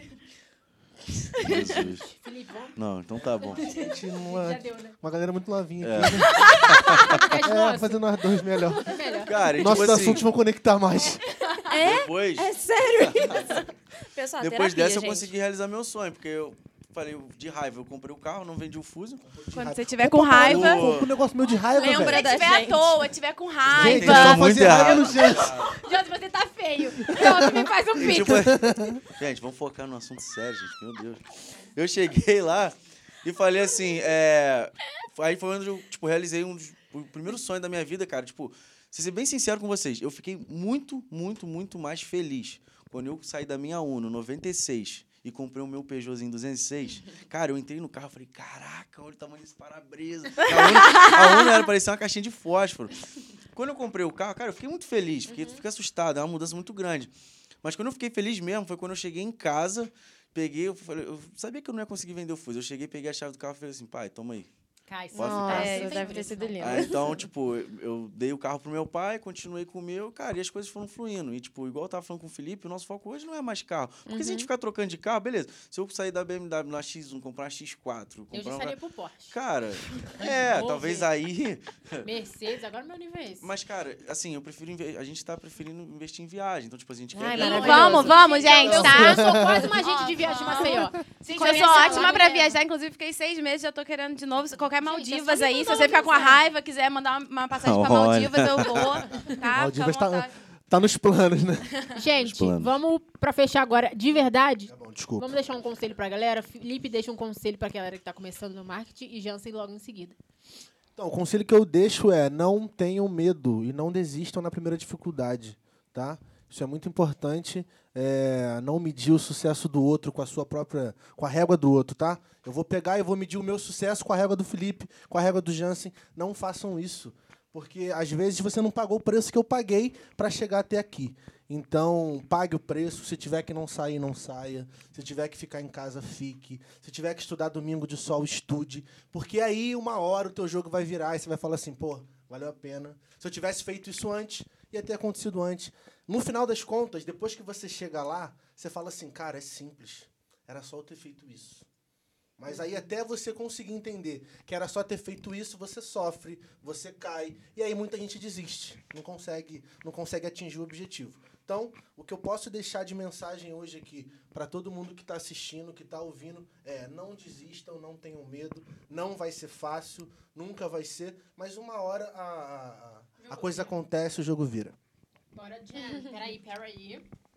Jesus. Felipe, vamos? Não, então tá bom. Gente, uma, Já deu, né? uma galera muito novinha É. aqui. Né? Podcast É, nosso. fazendo nós dois melhor. É melhor. Cara, e Nossos tipo assim, assuntos vão conectar mais. depois, É sério isso? Pessoal, depois terapia, dessa eu gente. consegui realizar meu sonho, porque eu falei, de raiva, eu comprei o carro, não vendi o fuso. Quando você tiver com raiva. Ô, Com um negócio meu de raiva, Lembra velho. Se da tiver à gente. toa, tiver com Gente, raiva. é só Muito fazer raiva errado. no Jansen. Jota, você tá feio. Pronto, me faz um E, pix. tipo, gente, vamos focar no assunto sério, gente. Meu Deus. Eu cheguei lá e falei assim, é... aí foi onde eu, tipo, realizei um dos... o primeiro sonho da minha vida, cara. Tipo, pra ser bem sincero com vocês, eu fiquei muito, muito, muito mais feliz quando eu saí da minha Uno, noventa e seis, e comprei o meu Peugeotzinho duzentos e seis. Cara, eu entrei no carro e falei, caraca, olha o tamanho desse para-brisa. A Uno, a Uno era, parecia uma caixinha de fósforo. Quando eu comprei o carro, cara, eu fiquei muito feliz, fiquei, fiquei assustado, é uma mudança muito grande. Mas quando eu fiquei feliz mesmo, foi quando eu cheguei em casa, peguei, eu, falei, eu sabia que eu não ia conseguir vender o fuso. Eu cheguei, peguei a chave do carro e falei assim, pai, toma aí. Cai, Pode ficar. Nossa, É, deve ter sido lindo. Ah, então, tipo, eu- eu dei o carro pro meu pai, continuei com o meu, cara, e as coisas foram fluindo. E, tipo, igual eu tava falando com o Felipe, o nosso foco hoje não é mais carro. Porque se a Uhum. gente ficar trocando de carro, beleza. Se eu sair da B M W na X um, comprar uma X quatro, Eu já comprar estaria uma... pro Porsche. Cara, é, Vou talvez ver. aí... Mercedes, agora meu nível é esse. Mas, cara, assim, eu prefiro... inve- A gente tá preferindo investir em viagem. Então, tipo, a gente Ai, quer... maravilhoso. Vamos, vamos, gente, eu, tá? eu sou quase uma agente de viagem de Maceió. Gente, eu Conhece sou a ótima Laura, pra né? viajar. Inclusive, fiquei seis meses, já tô querendo de novo. Qualquer Gente, Maldivas é só me aí, se mandar você ficar com a mensagem. raiva, quiser mandar uma, uma passagem pra Olha. Maldivas, eu vou. Tá? Maldivas Fica à tá, vontade. tá nos planos, né? Gente, planos. vamos pra fechar agora, de verdade. Tá bom, desculpa. Vamos deixar um conselho pra galera. Felipe deixa um conselho pra galera que tá começando no marketing e Jansen logo em seguida. Então, o conselho que eu deixo é não tenham medo e não desistam na primeira dificuldade, tá? Isso é muito importante, é, não medir o sucesso do outro com a sua própria, com a régua do outro, tá? Eu vou pegar e vou medir o meu sucesso com a régua do Felipe, com a régua do Jansen. Não façam isso, porque às vezes você não pagou o preço que eu paguei para chegar até aqui. Então, pague o preço. Se tiver que não sair, não saia. Se tiver que ficar em casa, fique. Se tiver que estudar domingo de sol, estude. Porque aí, uma hora, o teu jogo vai virar e você vai falar assim, pô, valeu a pena. Se eu tivesse feito isso antes, ia ter acontecido antes. No final das contas, depois que você chega lá, você fala assim, cara, é simples. Era só eu ter feito isso. Mas aí até você conseguir entender que era só ter feito isso, você sofre, você cai, e aí muita gente desiste, não consegue, não consegue atingir o objetivo. Então, o que eu posso deixar de mensagem hoje aqui para todo mundo que está assistindo, que está ouvindo, é não desistam, não tenham medo, não vai ser fácil, nunca vai ser, mas uma hora a, a, a coisa acontece, o jogo vira. Bora, Jan. Peraí, peraí.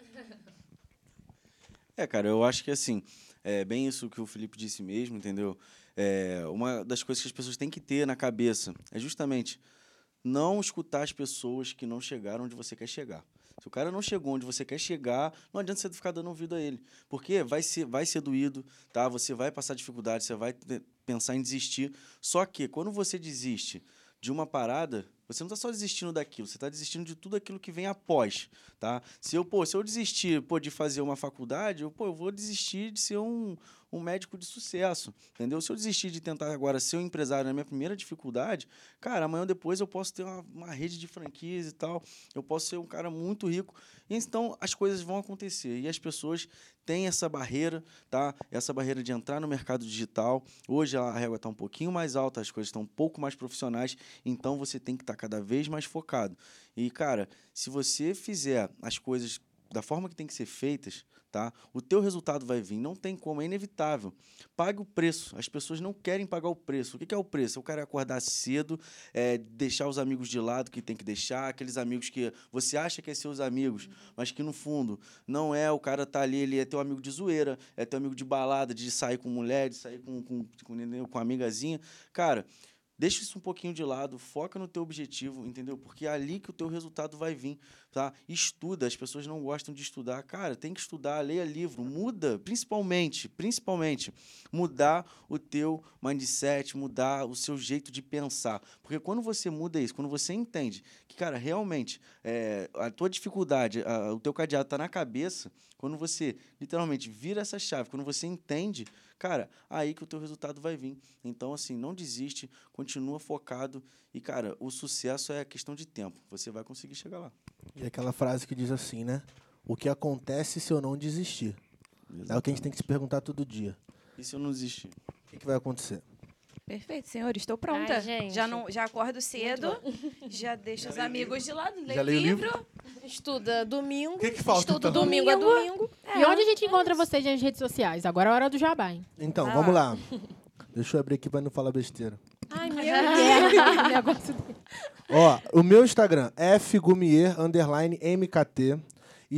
É, cara, eu acho que assim, é bem isso que o Felipe disse mesmo, entendeu? É, uma das coisas que as pessoas têm que ter na cabeça é justamente não escutar as pessoas que não chegaram onde você quer chegar. Se o cara não chegou onde você quer chegar, não adianta você ficar dando ouvido a ele. Porque vai ser, vai ser doído, tá? Você vai passar dificuldade, você vai te- pensar em desistir. Só que quando você desiste de uma parada, Você não está só desistindo daquilo, você está desistindo de tudo aquilo que vem após, tá? Se eu, pô, se eu desistir pô, de fazer uma faculdade, eu, pô, eu vou desistir de ser um, um médico de sucesso, entendeu? Se eu desistir de tentar agora ser um empresário na minha primeira dificuldade, cara, amanhã ou depois eu posso ter uma, uma rede de franquias e tal, eu posso ser um cara muito rico. Então, as coisas vão acontecer e as pessoas têm essa barreira, tá? Essa barreira de entrar no mercado digital. Hoje a régua está um pouquinho mais alta, as coisas estão um pouco mais profissionais, então você tem que estar cada vez mais focado. E, cara, se você fizer as coisas da forma que tem que ser feitas, tá? O teu resultado vai vir, não tem como, é inevitável. Pague o preço, as pessoas não querem pagar o preço. O que é o preço? O cara acordar cedo, é, deixar os amigos de lado que tem que deixar, aqueles amigos que você acha que é seus amigos, mas que no fundo não é, o cara tá ali, ele é teu amigo de zoeira, é teu amigo de balada, de sair com mulher, de sair com, com, com, com amigazinha. Cara, deixa isso um pouquinho de lado, foca no teu objetivo, entendeu? Porque é ali que o teu resultado vai vir, tá? Estuda, as pessoas não gostam de estudar. Cara, tem que estudar, leia livro, muda, principalmente, principalmente, mudar o teu mindset, mudar o seu jeito de pensar. Porque quando você muda isso, quando você entende que, cara, realmente, é, a tua dificuldade, a, o teu cadeado está na cabeça, quando você, literalmente, vira essa chave, quando você entende, cara, aí que o teu resultado vai vir. Então, assim, não desiste, continua focado e, cara, o sucesso é questão de tempo. Você vai conseguir chegar lá. E aquela frase que diz assim, né? O que acontece se eu não desistir? Exatamente. É o que a gente tem que se perguntar todo dia. E se eu não desistir? O que, que vai acontecer? Perfeito, senhor. Estou pronta. Ai, gente. Já, não, já acordo cedo, já deixo os amigos de lado, leio Já leio o livro. livro? Estuda domingo. O que que falta, Estuda então? domingo a domingo. E onde a gente encontra vocês nas redes sociais? Agora é a hora do jabá, hein? Então, Ah. vamos lá. Deixa eu abrir aqui para não falar besteira. Ai, meu O negócio dele. Ó, o meu Instagram, fgumier, underline, mkt e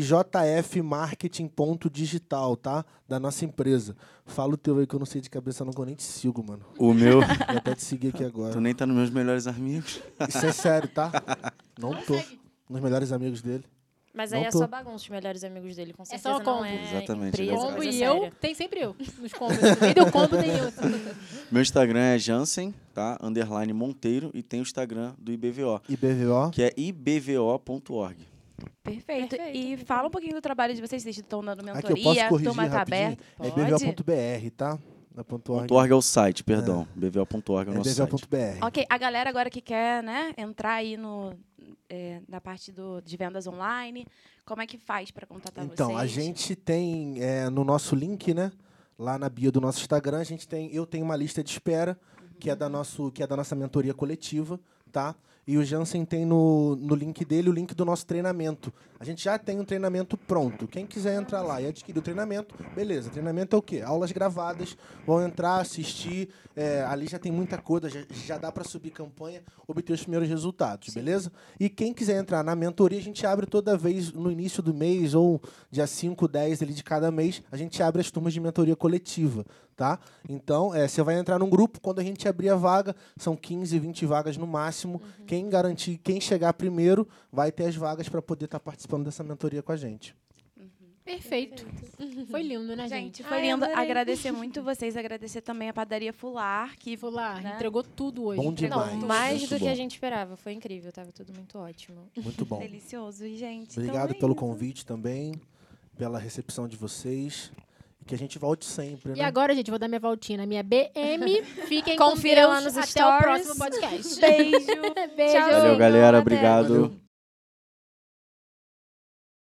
jfmarketing.digital, tá? Da nossa empresa. Fala o teu aí que eu não sei de cabeça, não, que eu nem te sigo, mano. O meu... Vou até te seguir aqui agora. Tu nem tá nos meus melhores amigos. Isso é sério, tá? Não tô. Nos melhores amigos dele. Mas Não aí é tô. só bagunça, os melhores amigos dele, com É certeza só não combo. é Exatamente, empresa, ele é Combo coisa e eu, séria. tem sempre eu nos combos. No meio do combo tem eu. Meu Instagram é Jansen, tá? Underline Monteiro. E tem o Instagram do I B V O, I B V O. que é i b v o ponto org. Perfeito. Perfeito, E perfeito. fala um pouquinho do trabalho de vocês. Vocês estão dando Aqui, eu posso mentoria, corrigir turma tá rapidinho? aberta. É Pode? b v o ponto b r, tá? Não é ponto .org. Ponto .org é o site, perdão. b v o ponto org é o É nosso b v o site. ponto b r. Ok, a galera agora que quer, né, entrar aí no, é, na parte do, de vendas online, como é que faz para contatar Então, vocês? a gente tem é, no nosso link, né? Lá na bio do nosso Instagram, a gente tem, eu tenho uma lista de espera, que é da, nosso, que é da nossa mentoria coletiva, tá? E o Jansen tem no, no link dele o link do nosso treinamento. A gente já tem um treinamento pronto. Quem quiser entrar lá e adquirir o treinamento, beleza. Treinamento é o quê? Aulas gravadas. Vão entrar, assistir. É, ali já tem muita coisa, já, já dá para subir campanha, obter os primeiros resultados, beleza? E quem quiser entrar na mentoria, a gente abre toda vez no início do mês, ou dia cinco, dez ali de cada mês, a gente abre as turmas de mentoria coletiva, tá? Então, é, você vai entrar num grupo, quando a gente abrir a vaga, são quinze, vinte vagas no máximo. Uhum. Quem garantir, quem chegar primeiro, vai ter as vagas para poder estar participando dessa mentoria com a gente. Perfeito. Foi lindo, né, Gente, gente? foi Ai, lindo. adorei. Agradecer muito vocês, agradecer também a Padaria Fular, que Vou lá, né? entregou tudo hoje. Bom entregou demais. tudo. Mais Muito do que bom. a gente esperava. Foi incrível, tava tudo muito ótimo. Muito bom. delicioso, gente. Obrigado Então é pelo isso. convite também, pela recepção de vocês. E que a gente volte sempre, E né? agora, gente, vou dar minha voltinha na minha B M. Fiquem Confira com lá Deus. nos Até stories. o próximo podcast. Beijo. Beijo. Tchau. Valeu, galera. Até. Obrigado. Valeu.